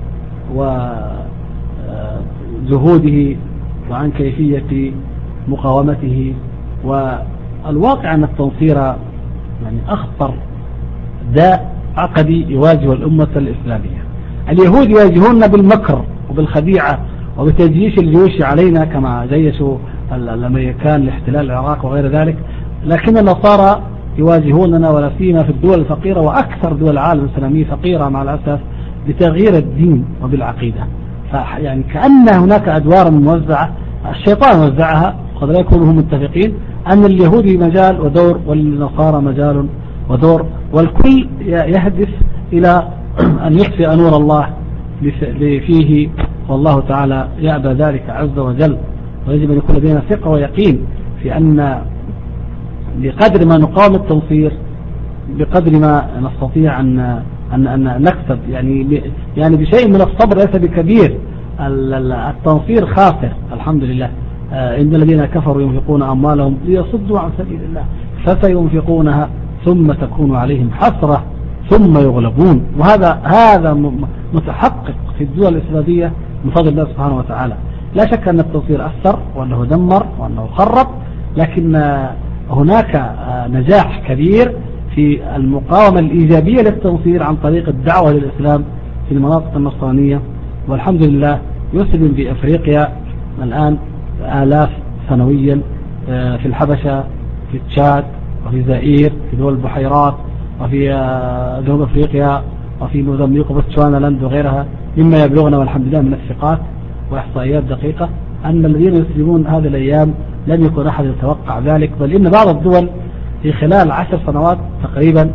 وجهوده وعن كيفية مقاومته. والواقع أن التنصير يعني أخطر داء عقدي يواجه الأمة الإسلامية. اليهود يواجهون بالمكر وبالخديعة وبتجيش الجيوش علينا كما جيشوا الأمريكان لاحتلال العراق وغير ذلك، لكن النصارى يواجهوننا ولا سيما في الدول الفقيرة، وأكثر دول العالم الإسلامي فقيرة مع الأسف بتغيير الدين وبالعقيدة. يعني كأن هناك أدوار موزعة الشيطان وزعها، قد لا يكونوا متفقين أن اليهود مجال ودور والنصارى مجال ودور، والكل يهدف إلى أن يطفئ نور الله فيه، والله تعالى يأبى ذلك عز وجل. ويجب أن يكون لدينا ثقة ويقين في أن بقدر ما نقاوم التنصير بقدر ما نستطيع أن نكسب، يعني بشيء من الصبر ليس بكبير. التنصير خاسر الحمد لله. إن الذين كفروا ينفقون أموالهم ليصدوا عن سبيل الله فسينفقونها ثم تكون عليهم حسرة ثم يغلبون. وهذا متحقق في الدول الإسلامية من فضل الله سبحانه وتعالى. لا شك أن التنصير أثر وأنه دمر وأنه خرب، لكن هناك نجاح كبير في المقاومة الإيجابية للتنصير عن طريق الدعوة للإسلام في المناطق النصرانية. والحمد لله يسلم بأفريقيا الآن آلاف سنويا، في الحبشة، في تشاد، وفي زائير، في دول البحيرات، وفي جنوب أفريقيا، وفي موزمبيق وبوتسوانا وغيرها، مما يبلغنا والحمد لله من الثقات وإحصائيات دقيقة أن الذين يسلمون هذه الأيام لم يكن أحد يتوقع ذلك، بل إن بعض الدول في خلال 10 سنوات تقريبا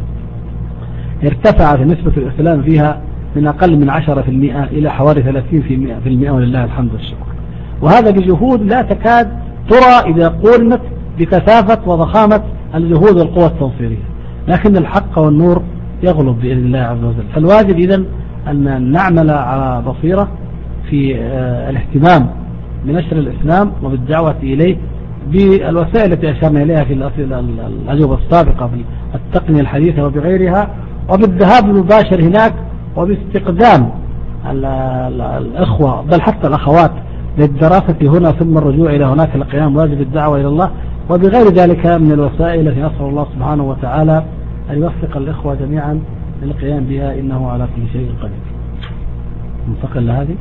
ارتفعت نسبة الإسلام فيها من أقل من 10% إلى حوالي 30%، ولله الحمد والشكر. وهذا بجهود لا تكاد ترى إذا قارنت بكثافة وضخامة الجهود والقوى التنصيرية، لكن الحق والنور يغلب بإذن الله عز وجل. فالواجب إذن أن نعمل على بصيرة في الاهتمام بنشر الإسلام وبالدعوة إليه بالوسائل التي أشرنا إليها في الأجوبة السابقة، بالتقنية الحديثة وبغيرها، وبالذهاب المباشر هناك، وباستقدام الأخوة بل حتى الأخوات للدراسة هنا ثم الرجوع إلى هناك لقيام واجب الدعوة إلى الله، وبغير ذلك من الوسائل التي نسأل الله سبحانه وتعالى أن يوفق الإخوة جميعا للقيام بها، إنه على كل شيء قدير. منتقل لهذه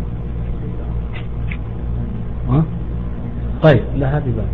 طيب، لا هذه بعد.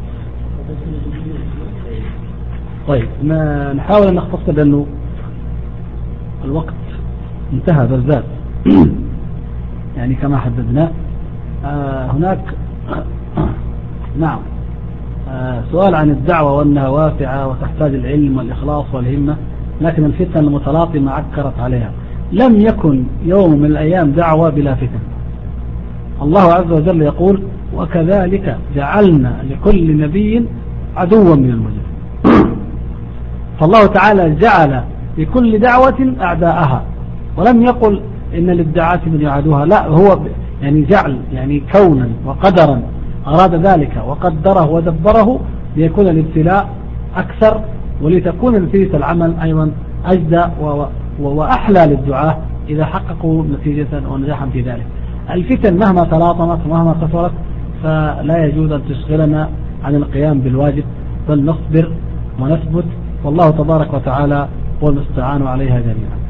طيب نحاول أن نختصر لأنه الوقت انتهى بالذات يعني كما حددنا. هناك نعم سؤال عن الدعوة وأنها واسعة وتحتاج العلم والإخلاص والهمة، لكن الفتن المتلاطمة عكرت عليها. لم يكن يوم من الأيام دعوة بلا فتن. الله عز وجل يقول: وكذلك جعلنا لكل نبي عدوا من المجرمين. فالله تعالى جعل لكل دعوة أعداءها، ولم يقل إن للدعاة من يعادوها، لا، هو يعني جعل يعني كونا وقدرا أراد ذلك وقدره ودبره ليكون الابتلاء أكثر، ولتكون نتيجة العمل أيضا أجدى وأحلى للدعاة إذا حققوا نتيجة ونجاحا في ذلك. الفتن مهما تلاطمت ومهما كثرت فلا يجوز أن تشغلنا عن القيام بالواجب، بل نصبر ونثبت، والله تبارك وتعالى هو المستعان عليها جميعا.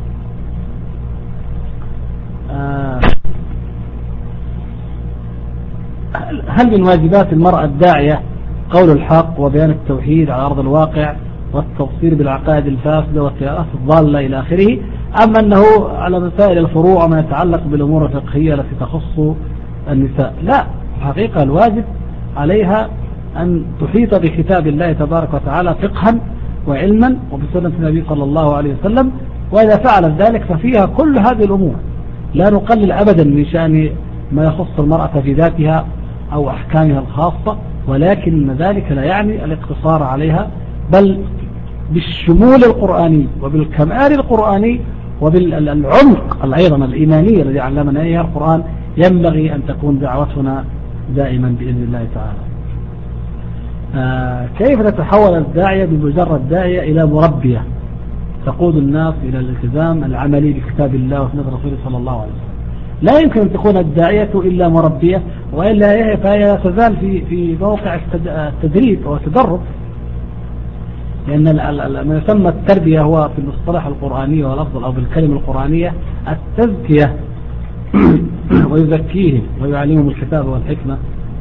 هل من واجبات المرأة الداعية قول الحق وبيان التوحيد على أرض الواقع والتبصير بالعقائد الفاسدة والتيارات الضالة إلى آخره؟ أما أنه على مسائل الفروع وما يتعلق بالأمور الفقهية التي تخص النساء لا، حقيقة الواجب عليها أن تحيط بكتاب الله تبارك وتعالى فقها وعلما وبسنة النبي صلى الله عليه وسلم، وإذا فعلت ذلك ففيها كل هذه الأمور. لا نقلل أبدا من شأن ما يخص المرأة في ذاتها أو أحكامها الخاصة، ولكن ذلك لا يعني الاقتصار عليها، بل بالشمول القرآني وبالكمال القرآني وبالعمق أيضا الإيماني الذي علمنا إياه القرآن ينبغي أن تكون دعوتنا دائما بإذن الله تعالى. كيف تتحول الداعية بمجرد داعية إلى مربية تقود الناس إلى الالتزام العملي بكتاب الله وسنة رسوله صلى الله عليه وسلم؟ لا يمكن أن تكون الداعية إلا مربية، وإلا فهي تزال في موقع التدريب والتدرب، لأن ما يسمى التربية هو في المصطلح القرآني والأفضل أو بالكلمة القرآنية التزكية ويزكيهم ويعلمهم الكتاب والحكمة.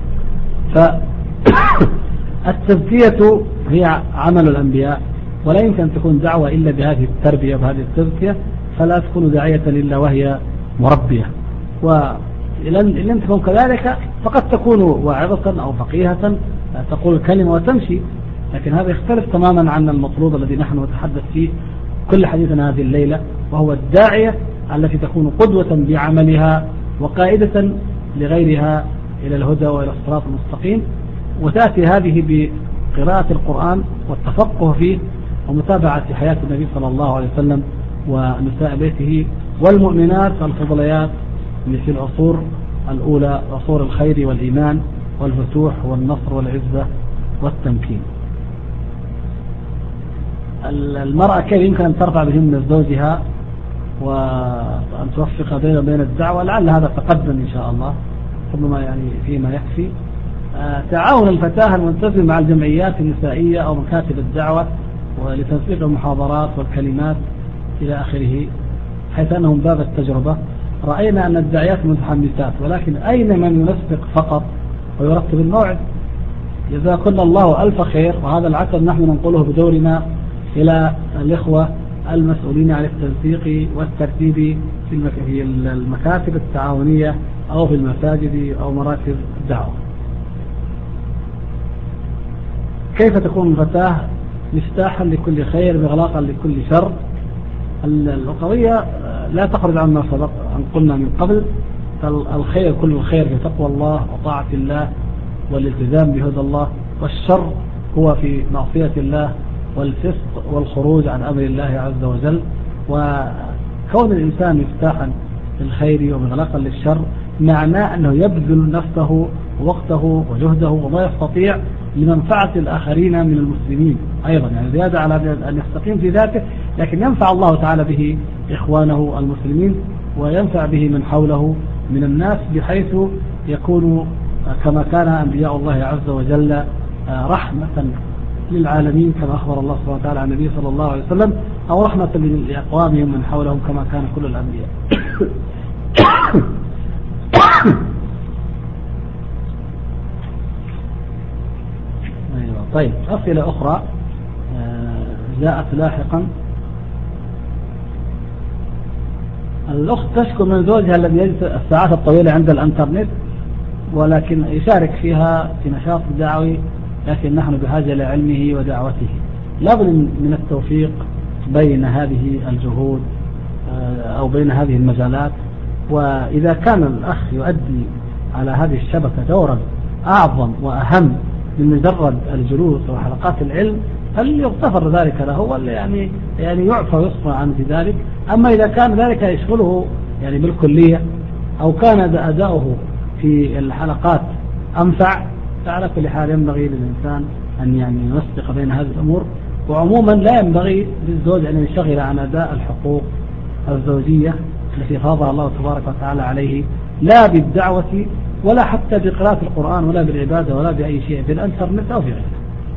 فالتزكية هي عمل الأنبياء، ولا يمكن أن تكون دعوة إلا بهذه التربية وبهذه التزكية، فلا تكون داعية إلا وهي مربية. وإن لم تكن كذلك فقد تكون واعظة أو فقيهة تقول كلمة وتمشي، لكن هذا يختلف تماما عن المطلوب الذي نحن نتحدث فيه كل حديثنا هذه الليلة، وهو الداعية التي تكون قدوة بعملها وقائدة لغيرها إلى الهدى وإلى الصراط المستقيم. وتأتي هذه بقراءة القرآن والتفقه فيه ومتابعة حياة النبي صلى الله عليه وسلم ونساء بيته والمؤمنات الفضليات في العصور الأولى، عصور الخير والإيمان والفتوح والنصر والعزة والتمكين. المرأة كيف يمكن أن ترفع بهمة زوجها وأن توفق بين الدعوة؟ لعل هذا تقدم إن شاء الله ربما يعني فيما يكفي. تعاون الفتاة الملتزم مع الجمعيات النسائية أو مكاتب الدعوة ولتنسيق المحاضرات والكلمات إلى آخره، حيث أنهم باب التجربة. رأينا أن الداعيات متحمسات، ولكن أين من ينسق فقط ويرتب الموعد؟ جزاكم الله ألف خير. وهذا العسل نحن ننقله بدورنا إلى الإخوة المسؤولين عن التنسيق والترتيب في المكاتب التعاونية أو في المساجد أو مراكز الدعوة. كيف تكون الفتاة مفتاحا لكل خير مغلاقا لكل شر؟ القضية لا تخرج عما سبق أن قلنا من قبل، الخير كل الخير في تقوى الله وطاعة الله والالتزام بهدى الله، والشر هو في معصية الله والفسق والخروج عن أمر الله عز وجل. وكون الإنسان مفتاحا للخير ومغلقا للشر معناه أنه يبذل نفسه ووقته وجهده وما يستطيع لمنفعة الآخرين من المسلمين أيضا، يعني زيادة على أن يستقيم في ذاته، لكن ينفع الله تعالى به إخوانه المسلمين وينفع به من حوله من الناس، بحيث يكون كما كان أنبياء الله عز وجل رحمة للعالمين كما أخبر الله سبحانه وتعالى عن النبي صلى الله عليه وسلم، أو رحمة لأقوامهم من حولهم كما كان كل الأنبياء. طيب، أسئلة أخرى جاءت لاحقا. الأخت تشكو من زوجها الذي يجلس الساعات الطويلة عند الانترنت ولكن يشارك فيها في نشاط دعوي، لكن نحن بحاجة لعلمه ودعوته. لابد من التوفيق بين هذه الجهود أو بين هذه المجالات. وإذا كان الأخ يؤدي على هذه الشبكة دورا أعظم وأهم من مجرد الجلوس وحلقات العلم فليغتفر ذلك له، ولا يعني يعفى ويصفى عن ذلك. أما إذا كان ذلك يشغله يعني بالكلية أو كان أداؤه في الحلقات أنفع، فعلى كل حال ينبغي للإنسان أن يعني ينسق بين هذه الأمور. وعموما لا ينبغي للزوج أن ينشغل عن أداء الحقوق الزوجية التي فرضها الله تبارك وتعالى عليه، لا بالدعوة ولا حتى بقراءة القرآن ولا بالعبادة ولا بأي شيء في الانترنت أو في غيره.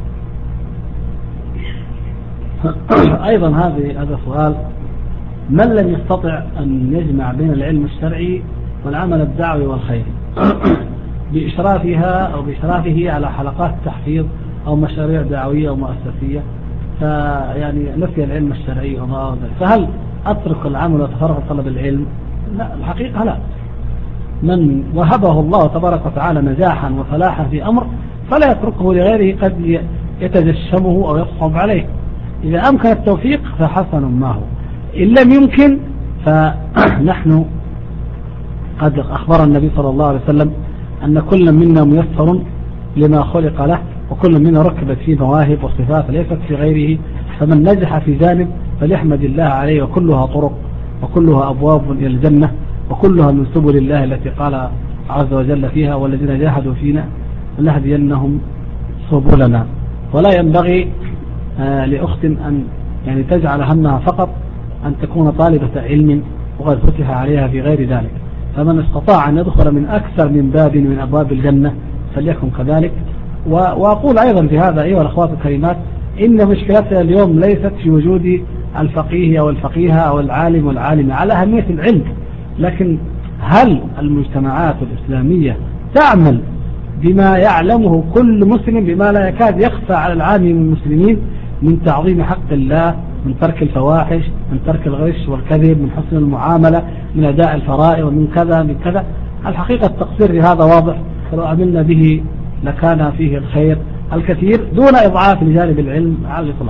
أيضا هذا سؤال: من لم يستطع أن يجمع بين العلم الشرعي والعمل الدعوي والخير بإشرافها أو بإشرافه على حلقات تحفيظ أو مشاريع دعوية أو مؤسسية، فيعني نفي العلم الشرعي وما ذلك، فهل أترك العمل وأتفرغ لطلب العلم؟ لا، الحقيقة لا. من وهبه الله تبارك وتعالى نجاحا وفلاحا في أمر فلا يتركه لغيره قد يتجشمه أو يصعب عليه. إذا أمكن التوفيق فحسن ما هو، إن لم يمكن فنحن قد أخبر النبي صلى الله عليه وسلم أن كل منا ميسر لما خلق له، وكل منا ركبت فيه مواهب وصفات ليست في غيره، فمن نجح في جانب فليحمد الله عليه، وكلها طرق وكلها أبواب إلى الجنة وكلها من سبل الله التي قال عز وجل فيها والذين جاهدوا فينا لنهدينهم سبلنا. ولا ينبغي لأخت أن يعني تجعل همها فقط أن تكون طالبة علم وقد فتح عليها في غير ذلك، فمن استطاع أن يدخل من أكثر من باب من أبواب الجنة فليكن كذلك. وأقول أيضا في هذا أيها الأخوات الكريمات إن مشكلتنا اليوم ليست في وجود الفقيه أو الفقيهة أو العالم والعالمة على أهمية العلم، لكن هل المجتمعات الإسلامية تعمل بما يعلمه كل مسلم بما لا يكاد يخفى على العام من المسلمين من تعظيم حق الله، من ترك الفواحش، من ترك الغش والكذب، من حسن المعاملة، من أداء الفرائض، ومن كذا من كذا؟ الحقيقة التقصير في هذا واضح، فلو عملنا به لكان فيه الخير الكثير دون إضعاف لجانب العلم على الإطلاق.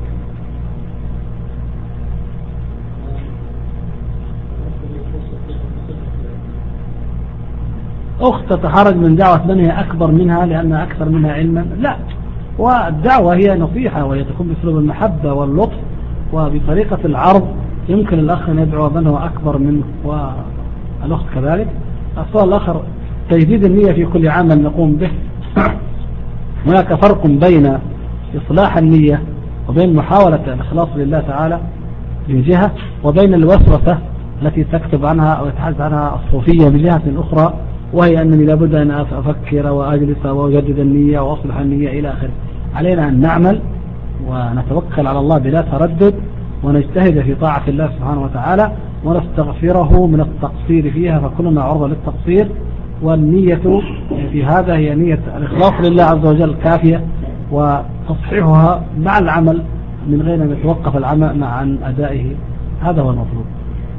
أخت تتحرج من دعوة من هي أكبر منها لأنها أكثر منها علما؟ لا، والدعوة هي نصيحة وهي تكون بأسلوب المحبة واللطف وبطريقة العرض. يمكن الأخ أن يدعو من هو أكبر منه والأخت كذلك. السؤال الآخر تجديد النية في كل عمل نقوم به. هناك فرق بين إصلاح النية وبين محاولة الإخلاص لله تعالى من جهة، وبين الوسوسة التي تكتب عنها أو يتحدث عنها الصوفية من جهة أخرى، وهي أنني لابد أن أفكر وأجلس وأجدد النية وأصلح النية إلى آخره. علينا أن نعمل ونتوكل على الله بلا تردد، ونجتهد في طاعة الله سبحانه وتعالى، ونستغفره من التقصير فيها، فكلنا عرضة للتقصير. والنية في هذا هي نية الإخلاص لله عز وجل كافية، وتصحيحها مع العمل من غير أن يتوقف العمل عن أدائه، هذا هو المطلوب.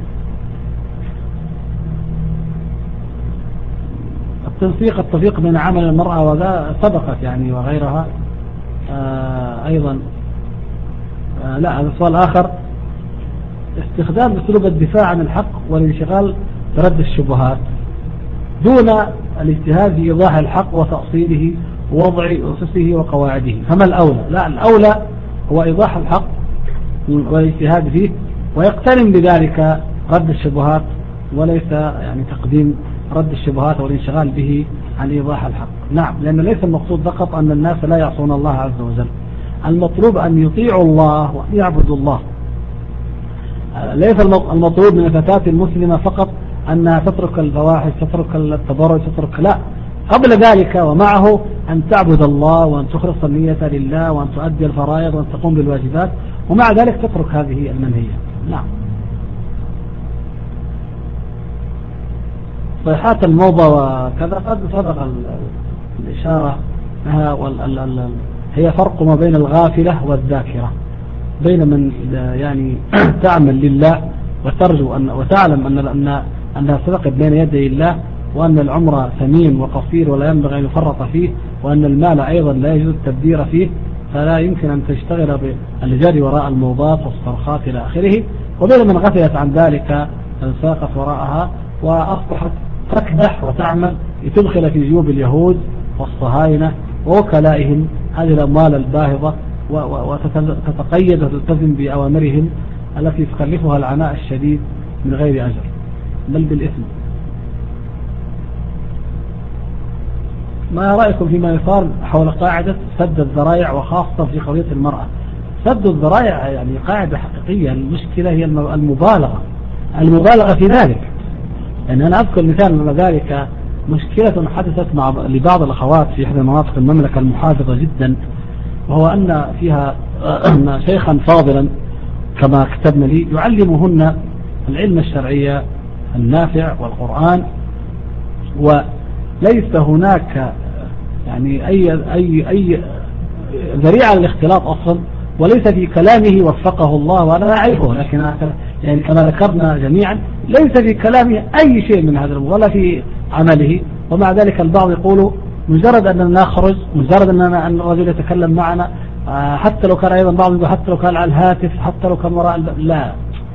التوفيق بين عمل المرأة وذا سبقت يعني وغيرها أيضا. لا، هذا السؤال آخر، استخدام أسلوب الدفاع عن الحق والانشغال برد الشبهات دون الاجتهاد في إيضاح الحق وتأصيله ووضع أسسه وقواعده، فما الأولى؟ لا، الأولى هو إيضاح الحق والاجتهاد فيه، ويقترن بذلك رد الشبهات، وليس يعني تقديم رد الشبهات والانشغال به عن إيضاح الحق. نعم، لأن ليس المقصود فقط أن الناس لا يعصون الله عز وجل، المطلوب أن يطيعوا الله وأن يعبدوا الله. ليس المطلوب من الفتاة المسلمة فقط أنها تترك الفواحش، تترك التبرج، تترك، لا، قبل ذلك ومعه أن تعبد الله وأن تخلص النية لله وأن تؤدي الفرائض وأن تقوم بالواجبات، ومع ذلك تترك هذه المنهية. نعم. صيحات الموضة وكذا قد سبق الإشارة لها، هي فرق ما بين الغافلة والذاكرة، بين من يعني تعمل لله وترجو وتعلم أنها ستقف بين يدي الله، وأن العمر ثمين وقصير ولا ينبغي أن يفرط فيه، وأن المال أيضا لا يجوز التبذير فيه، فلا يمكن أن تشتغل بالجري وراء الموضات والصرخات إلى آخره. وبين من غفلت عن ذلك ساقت وراءها وأصبحت تكدح وتعمل لتدخل في جيوب اليهود والصهاينة ووكلائهم هذه الأموال الباهظة، وتتقيد وتلتزم بأوامرهم التي تكلفها العناء الشديد من غير أجر بل بالإثم. ما رأيكم فيما يصار حول قاعدة سد الذرائع، وخاصة في قضية المرأة؟ سد الذرائع يعني قاعدة حقيقية، المشكلة هي المبالغة في ذلك. يعني أنا أذكر مثال من ذلك مشكلة حدثت لبعض الأخوات في إحدى مناطق المملكة المحافظة جدا، وهو أن فيها شيخا فاضلا كما كتبنا لي يعلمهن العلم الشرعي النافع والقرآن، وليس هناك يعني أي ذريعة للاختلاط أصلا، وليس في كلامه وفقه الله وأنا أعرفه، لكن يعني كما ذكرنا جميعا ليس في كلامه أي شيء من هذا ولا في عمله، ومع ذلك البعض يقول مجرد أننا نخرج، مجرد أن الرجل يتكلم معنا، حتى لو كان أيضا بعض يقول حتى لو كان على الهاتف، حتى لو كان وراء لا،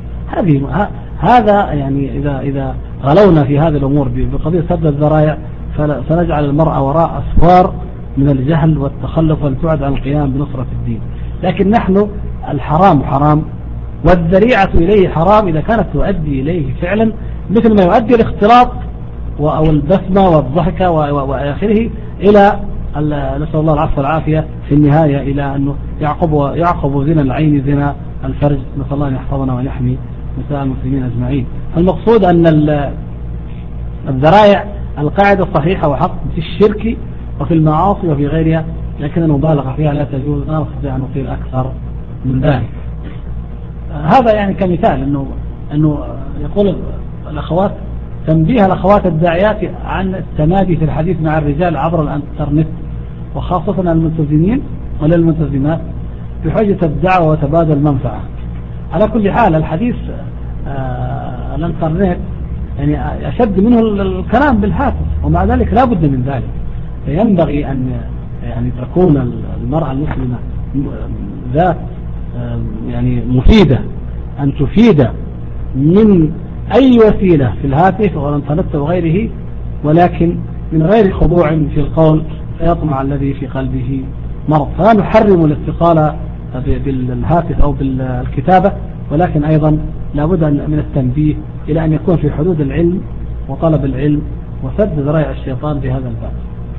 هذا يعني إذا غلونا في هذه الأمور بقضية سد الذرائع سنجعل المرأة وراء أسوار من الجهل والتخلف والبعد عن القيام بنصرة الدين. لكن نحن الحرام حرام والذريعة إليه حرام إذا كانت تؤدي إليه فعلا، مثل ما يؤدي الاختلاط أو البسمة والضحكة وآخره إلى نسأل الله العفو والعافية في النهاية إلى أنه يعقب زنا العين زنا الفرج. نسأل الله أن يحفظنا وأن يحمي نساء المسلمين أجمعين. المقصود أن الذرائع القاعدة الصحيحة وحق في الشرك وفي المعاصي وفي غيرها، لكن المبالغة فيها لا تجوز، لا نستطيع أن نطيل أكثر من ذلك. هذا يعني كمثال أنه يقول الأخوات تنبيه الأخوات الداعيات عن التمادي في الحديث مع الرجال عبر الانترنت، وخاصة الملتزمين ولا الملتزمات، بحجة الدعوة وتبادل المنفعة. على كل حال الحديث الانترنت يعني أشد منه الكلام بالهاتف، ومع ذلك لا بد من ذلك. فينبغي أن يعني تكون المرأة المسلمة ذات يعني مفيدة، أن تفيد من أي وسيلة في الهاتف والانترنت وغيره، ولكن من غير خضوع في القول فيطمع الذي في قلبه مرض. فلا نحرم الاتصال بالهاتف أو بالكتابة، ولكن أيضا لابد من التنبيه إلى أن يكون في حدود العلم وطلب العلم وسد ذرائع الشيطان في هذا الباب.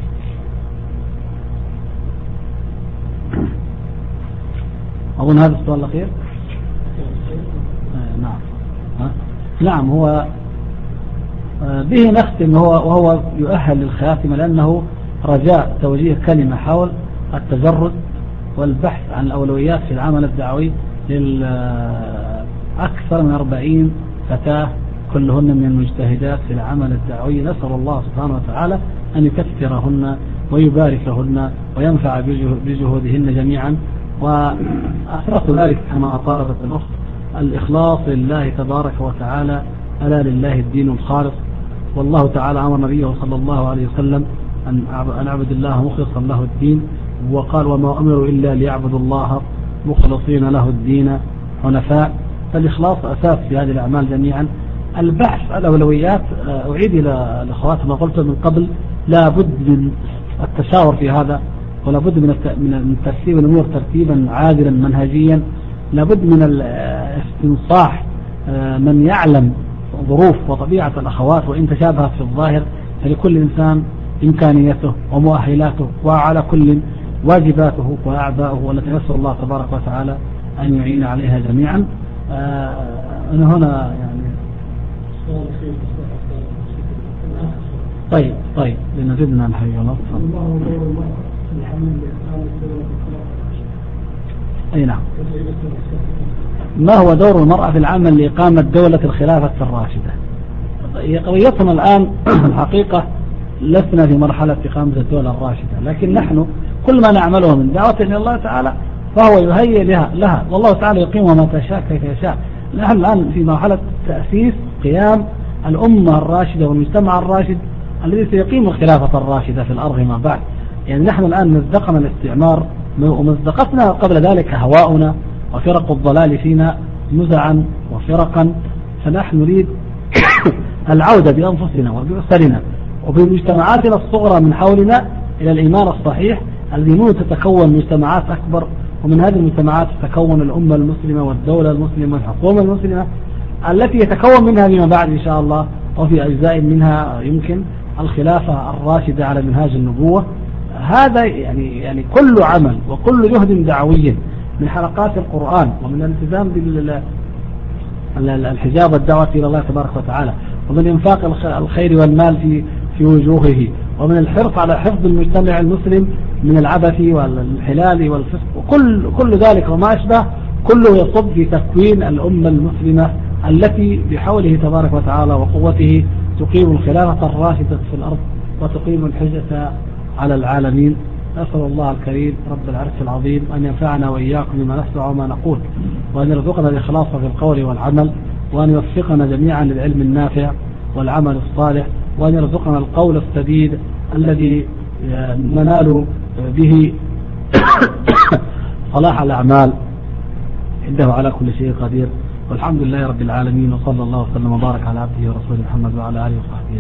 أظن هذا السؤال الأخير. نعم نعم، هو به نختم، وهو يؤهل للخاتمة، لأنه رجاء توجيه كلمة حول التجرد والبحث عن الأولويات في العمل الدعوي لأكثر من 40 فتاة كلهن من المجتهدات في العمل الدعوي. نسأل الله سبحانه وتعالى أن يكثرهن ويبارك لهن وينفع بجهودهن جميعا. وأثرت ذلك كما أطالبت الأخت الإخلاص لله تبارك وتعالى، ألا لله الدين الخالص. والله تعالى أمر نبيه صلى الله عليه وسلم أن أعبد الله مخلصا له الدين، وقال وما أمروا إلا ليعبدوا الله مخلصين له الدين حنفاء. فالإخلاص أساس في هذه الأعمال جميعا. البحث على الأولويات، أعيد إلى الأخوات ما قلت من قبل، لا بد من التشاور في هذا، ولا بد من ترتيب الأمور ترتيبا عادلا منهجيا. لا بد من الاستنصاح من يعلم ظروف وطبيعة الأخوات، وإن تشابهت في الظاهر فلكل إنسان إمكانيته ومؤهلاته، وعلى كل واجباته وأعباؤه، والتي نسأل الله تبارك وتعالى أن يعين عليها جميعا. أنا هنا يعني طيب لنزيدنا الحي الله. أي نعم. ما هو دور المرأة في العمل لإقامة دولة الخلافة الراشدة؟ قضيتنا الآن الحقيقة لسنا في مرحلة إقامة الدولة الراشدة، لكن نحن كل ما نعمله من دعوة إلى الله تعالى فهو يهيئ لها، والله تعالى يقيم ما تشاء كيف يشاء. نحن الآن في مرحلة تأسيس قيام الأمة الراشدة والمجتمع الراشد الذي سيقيم الخلافة الراشدة في الأرض ما بعد. يعني نحن الآن مزدقنا الاستعمار، ومزدقتنا قبل ذلك هواؤنا وفرق الضلال فينا نزعا وفرقا. فنحن نريد العودة بأنفسنا وبأسرنا وبمجتمعاتنا الصغرى من حولنا إلى الإيمان الصحيح الذي منه تتكون مجتمعات أكبر، ومن هذه المجتمعات تتكون الأمة المسلمة والدولة المسلمة والحكومة المسلمة التي يتكون منها فيما بعد إن شاء الله، وفي أجزاء منها يمكن الخلافة الراشدة على منهاج النبوة. هذا يعني كل عمل وكل جهد دعوي من حلقات القرآن ومن الالتزام بالحجاب والدعوة إلى الله تبارك وتعالى، ومن إنفاق الخير والمال في وجوهه، ومن الحرص على حفظ المجتمع المسلم من العبث والانحلال والفسق، وكل ذلك وما أشبه كله يصب في تكوين الأمة المسلمة التي بحوله تبارك وتعالى وقوته تقيم الخلافة الراشدة في الأرض وتقيم الحجة على العالمين. أسأل الله الكريم رب العرش العظيم أن ينفعنا وإياكم بما نسمع وما نقول، وأن يرزقنا الإخلاص في القول والعمل، وأن يوفقنا جميعا للعلم النافع والعمل الصالح، وأن يرزقنا القول السديد الذي ننال به صلاح الأعمال، إنه على كل شيء قدير. والحمد لله رب العالمين، وصلى الله وسلم وبارك على عبده ورسوله محمد وعلى آله وصحبه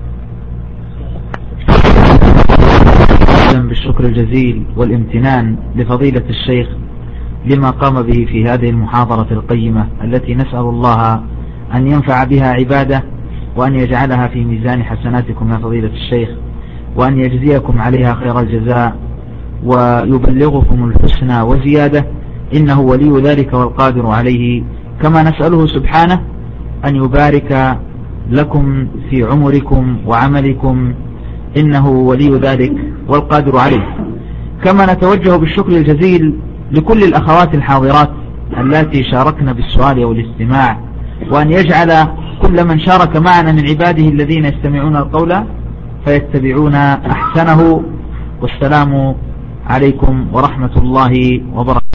أجمعين. بالشكر الجزيل والامتنان لفضيلة الشيخ لما قام به في هذه المحاضرة القيمة، التي نسأل الله أن ينفع بها عباده، وأن يجعلها في ميزان حسناتكم يا فضيلة الشيخ، وأن يجزيكم عليها خير الجزاء ويبلغكم الحسنى وزيادة، إنه ولي ذلك والقادر عليه. كما نسأله سبحانه أن يبارك لكم في عمركم وعملكم، إنه ولي ذلك والقادر عليه. كما نتوجه بالشكر الجزيل لكل الأخوات الحاضرات التي شاركنا بالسؤال والاستماع، وأن يجعل كل من شارك معنا من عباده الذين يستمعون القول فيتبعون أحسنه. والسلام عليكم ورحمة الله وبركاته.